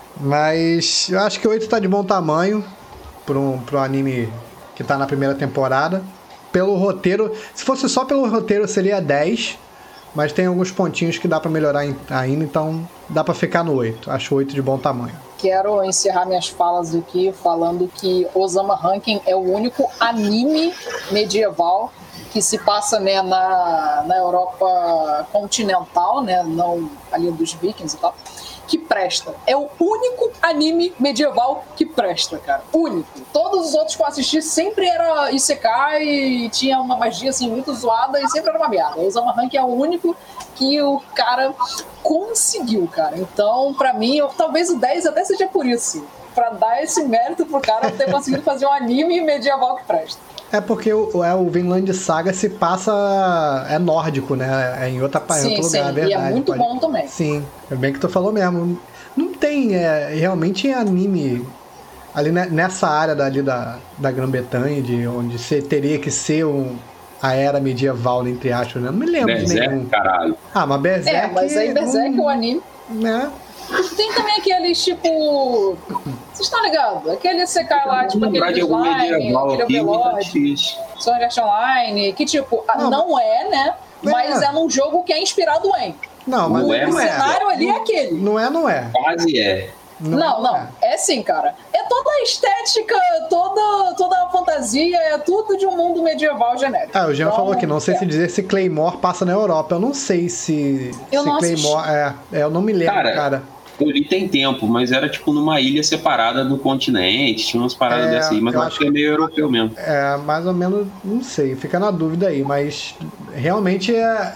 Speaker 2: Mas eu acho que 8 tá de bom tamanho pro anime que tá na primeira temporada. Pelo roteiro, se fosse só pelo roteiro seria 10, mas tem alguns pontinhos que dá pra melhorar ainda, então dá pra ficar no 8. Acho 8 de bom tamanho.
Speaker 4: Quero encerrar minhas falas aqui falando que Osama Rankin é o único anime medieval que se passa, né, na Europa continental, né, não ali dos vikings e tal, que presta. É o único anime medieval que presta, cara. Único. Todos os outros que eu assisti sempre era Isekai e tinha uma magia assim muito zoada e sempre era uma merda. O Osama Rankin é o único que o cara conseguiu, cara. Então, pra mim, talvez o 10 até seja por isso. Pra dar esse mérito pro cara ter conseguido fazer um anime medieval que presta.
Speaker 2: É porque o Vinland Saga se passa... é nórdico, né? É em outro lugar,
Speaker 4: sim,
Speaker 2: é verdade.
Speaker 4: E é muito bom também.
Speaker 2: Sim, é bem que tu falou mesmo. Não tem realmente anime ali nessa área ali da Grã-Bretanha, de onde você teria que ser a era medieval, entre aspas, né? Não me lembro de nenhum.
Speaker 3: Caralho.
Speaker 2: Ah, mas Berserk...
Speaker 4: mas aí Berserk é o anime.
Speaker 2: Né?
Speaker 4: Tem também aqueles, tipo... Vocês estão ligados? Aquele Sekai lá, tipo aquele Slime, aquele Overlord, Sword Art Online, que tipo, não é, né? Mas é num jogo que é inspirado em.
Speaker 2: Não, mas
Speaker 4: o cenário ali é aquele.
Speaker 2: Não é.
Speaker 3: Quase é.
Speaker 4: Não. É sim, cara. É toda a estética, toda a fantasia, é tudo de um mundo medieval genérico.
Speaker 2: O Jean falou que não sei se dizer se Claymore passa na Europa. Eu não sei se Claymore... eu não me lembro, cara.
Speaker 3: Eu li tem tempo, mas era tipo numa ilha separada do continente, tinha umas paradas dessa aí, mas eu acho que é meio europeu mesmo.
Speaker 2: É, mais ou menos, não sei, fica na dúvida aí, mas realmente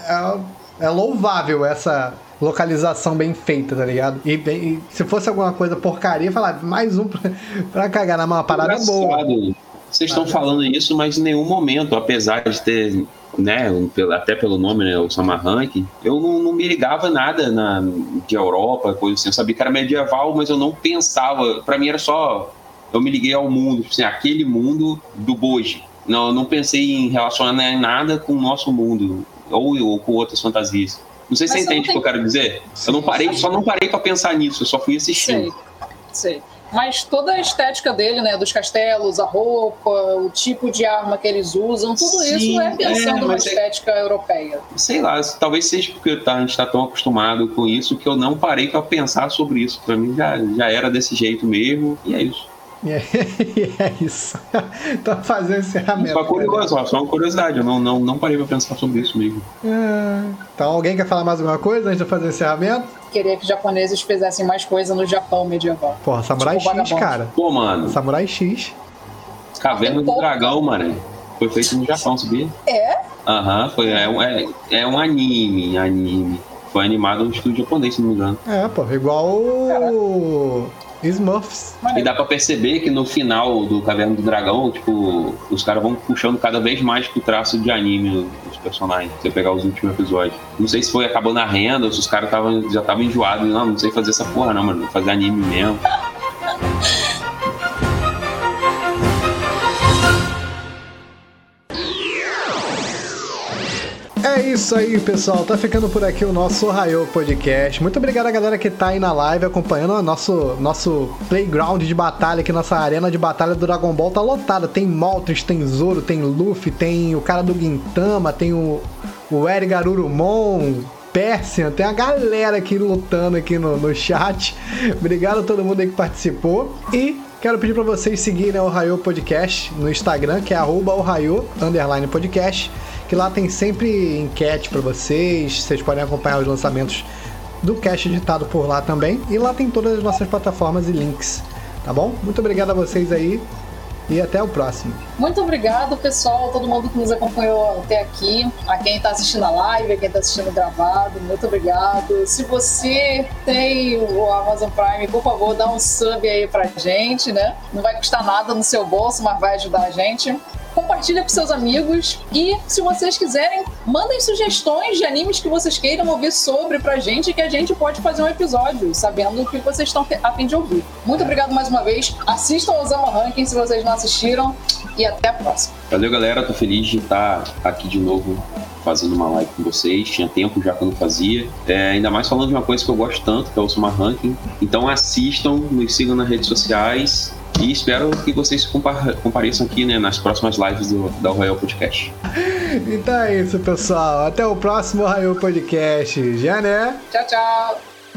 Speaker 2: é louvável essa localização bem feita, tá ligado? E se fosse alguma coisa porcaria, falar mais um pra cagar na uma parada boa.
Speaker 3: Vocês estão falando isso, mas em nenhum momento, apesar de ter, né, até pelo nome, né, o Osama Rankin, eu não me ligava nada de Europa, coisa assim. Eu sabia que era medieval, mas eu não pensava. Pra mim era só... Eu me liguei ao mundo, assim, aquele mundo do Boji. Eu não pensei em relacionar nada com o nosso mundo, ou com outras fantasias. Não sei se você entende o que eu quero dizer. Eu não parei pra pensar nisso, eu só fui assistindo.
Speaker 4: Sei. Mas toda a estética dele, né, dos castelos, a roupa, o tipo de arma que eles usam, tudo isso é pensando numa estética europeia.
Speaker 3: Sei lá, talvez seja porque a gente está tão acostumado com isso que eu não parei para pensar sobre isso. Para mim já era desse jeito mesmo, e é isso.
Speaker 2: É isso. Então fazer esse encerramento.
Speaker 3: Só uma curiosidade, eu não parei para pensar sobre isso mesmo.
Speaker 2: Então alguém quer falar mais alguma coisa antes de fazer o encerramento?
Speaker 4: Queria que os japoneses fizessem mais coisa no Japão medieval.
Speaker 2: Porra, Samurai
Speaker 4: tipo
Speaker 2: X, cara.
Speaker 3: Pô, mano.
Speaker 2: Samurai X.
Speaker 3: Caverna do Dragão, mano. Foi feito no Japão, sabia? Aham, é um anime. Foi animado no estúdio japonês, se não me engano.
Speaker 2: Igual Smurfs.
Speaker 3: E dá pra perceber que no final do Caverna do Dragão, tipo, os caras vão puxando cada vez mais pro traço de anime os personagens. Se você pegar os últimos episódios. Não sei se foi acabando a renda ou se os caras já estavam enjoados. Não sei fazer essa porra não, mano. Vou fazer anime mesmo.
Speaker 2: É isso aí, pessoal. Tá ficando por aqui o nosso Ohayou Podcast. Muito obrigado a galera que tá aí na live acompanhando o nosso playground de batalha aqui, nossa arena de batalha do Dragon Ball tá lotada. Tem Moltres, tem Zoro, tem Luffy, tem o cara do Gintama, tem o Eri Garurumon, Persian, tem a galera aqui lutando aqui no chat. Obrigado a todo mundo aí que participou. E quero pedir pra vocês seguirem o Ohayou Podcast no Instagram, que é @ohayou_podcast. Que lá tem sempre enquete pra vocês podem acompanhar os lançamentos do cast editado por lá também, e lá tem todas as nossas plataformas e links, tá bom? Muito obrigado a vocês aí e até o próximo.
Speaker 4: Muito obrigado, pessoal, todo mundo que nos acompanhou até aqui, a quem tá assistindo a live, a quem tá assistindo gravado, muito obrigado. Se você tem o Amazon Prime, por favor, dá um sub aí pra gente, né? Não vai custar nada no seu bolso, mas vai ajudar a gente. Compartilha com seus amigos e, se vocês quiserem, mandem sugestões de animes que vocês queiram ouvir sobre pra gente, que a gente pode fazer um episódio, sabendo o que vocês estão a fim de ouvir. Muito obrigado mais uma vez. Assistam o Osama Ranking se vocês não assistiram e até a próxima.
Speaker 3: Valeu, galera. Tô feliz de estar aqui de novo fazendo uma live com vocês. Tinha tempo já que eu não fazia. Ainda mais falando de uma coisa que eu gosto tanto, que é o Osama Ranking. Então assistam, nos sigam nas redes sociais. E espero que vocês compareçam aqui, né, nas próximas lives da Ohayou Podcast.
Speaker 2: Então é isso, pessoal. Até o próximo Ohayou Podcast. Já, né?
Speaker 4: Tchau, tchau.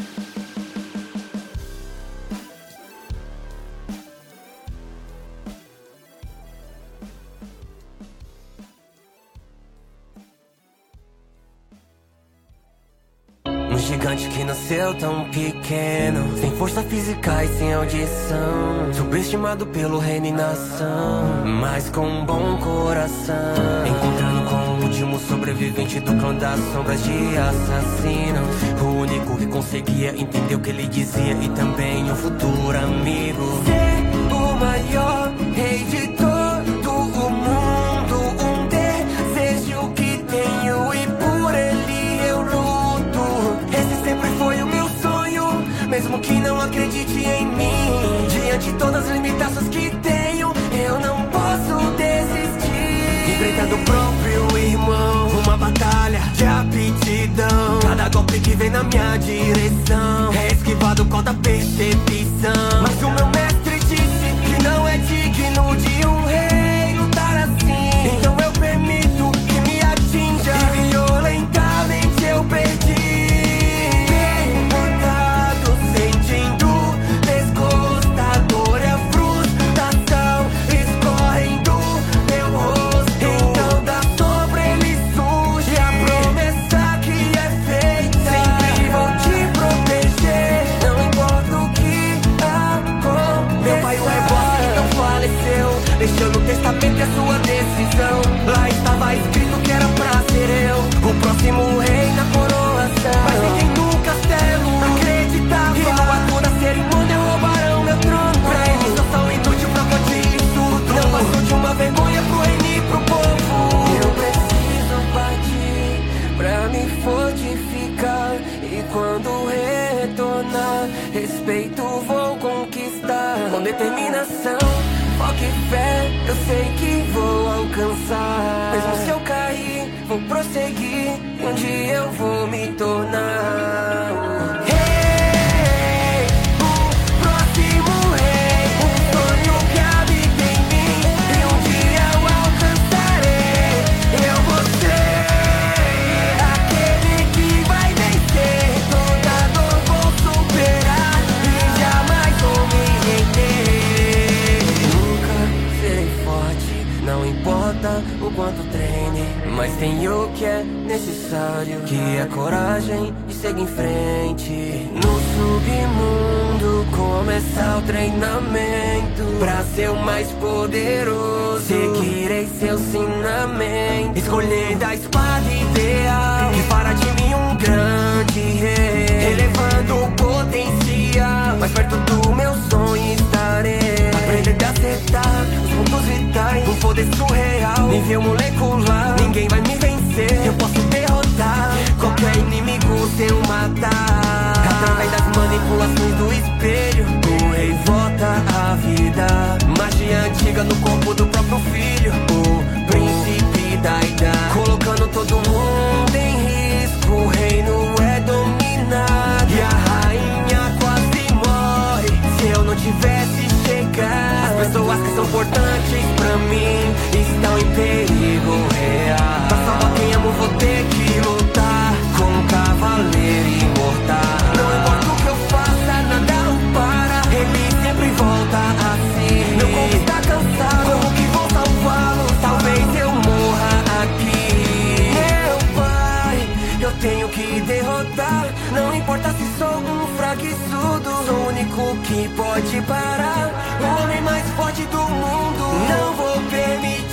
Speaker 13: Um gigante que nasceu tão pequeno, sem força física e sem audição, subestimado pelo reino e nação, mas com um bom coração. Encontrando com o último sobrevivente do clã das sombras de assassinos, o único que conseguia entender o que ele dizia e também um futuro amigo. Ser o maior rei de todo o mundo, um desejo que tenho e por ele eu luto. Esse sempre foi o meu sonho, mesmo que não acredite em mim. Diante de todas as limitações que tenho, eu não posso desistir. Enfrentando o próprio irmão, uma batalha de aptidão. Cada golpe que vem na minha direção é esquivado com a percepção. Mas o meu mestre disse que não é digno de um rei lutar assim. Então eu permito que me atinja e violentamente eu perdi. Deixando o testamento e a sua decisão. Lá estava escrito que era pra ser eu o próximo rei na coroação. Mas ninguém no castelo acreditava. E no ato da cerimônia roubaram meu trono. Pra eles eu sou inútil pra curtir isso tudo. Não passou de uma vergonha pro reino e pro povo. Eu preciso partir pra me fortificar. E quando retornar, respeito vou conquistar. Com determinação, foco e fé, eu sei que vou alcançar. Mesmo se eu cair, vou prosseguir. Um dia eu vou me tornar rei, o próximo rei. Um sonho que habita em mim e um dia eu alcançarei. Eu vou ser aquele que vai vencer. Toda dor vou superar e jamais vou me render. Não importa o quanto treine, mas tem o que é necessário, que é coragem e seguir em frente. No submundo começar o treinamento pra ser o mais poderoso. Seguirei seu ensinamento, escolhendo a espada ideal que fará de mim um grande rei, elevando o potencial mais perto do meu sonho. ser surreal, nível molecular. Ninguém vai me vencer, eu posso derrotar qualquer inimigo sem o matar. Através das manipulações do espelho, o rei volta à vida. Magia antiga no corpo do próprio filho, o príncipe da idade. Colocando todo mundo em risco, o reino é dominado. E a rainha quase morre se eu não tivesse chegado. As pessoas que são importantes pra mim estão em perigo real. Pra salvar quem amo vou ter que lutar com um cavaleiro imortal. Não importa o que eu faça, nada o para, ele sempre volta assim. Meu corpo está cansado, como que vou salvá-lo? Talvez eu morra aqui. Meu pai, eu tenho que derrotar. Não importa se sou um fraquisudo, sou o único que pode parar. O homem mais forte do mundo, não vou permitir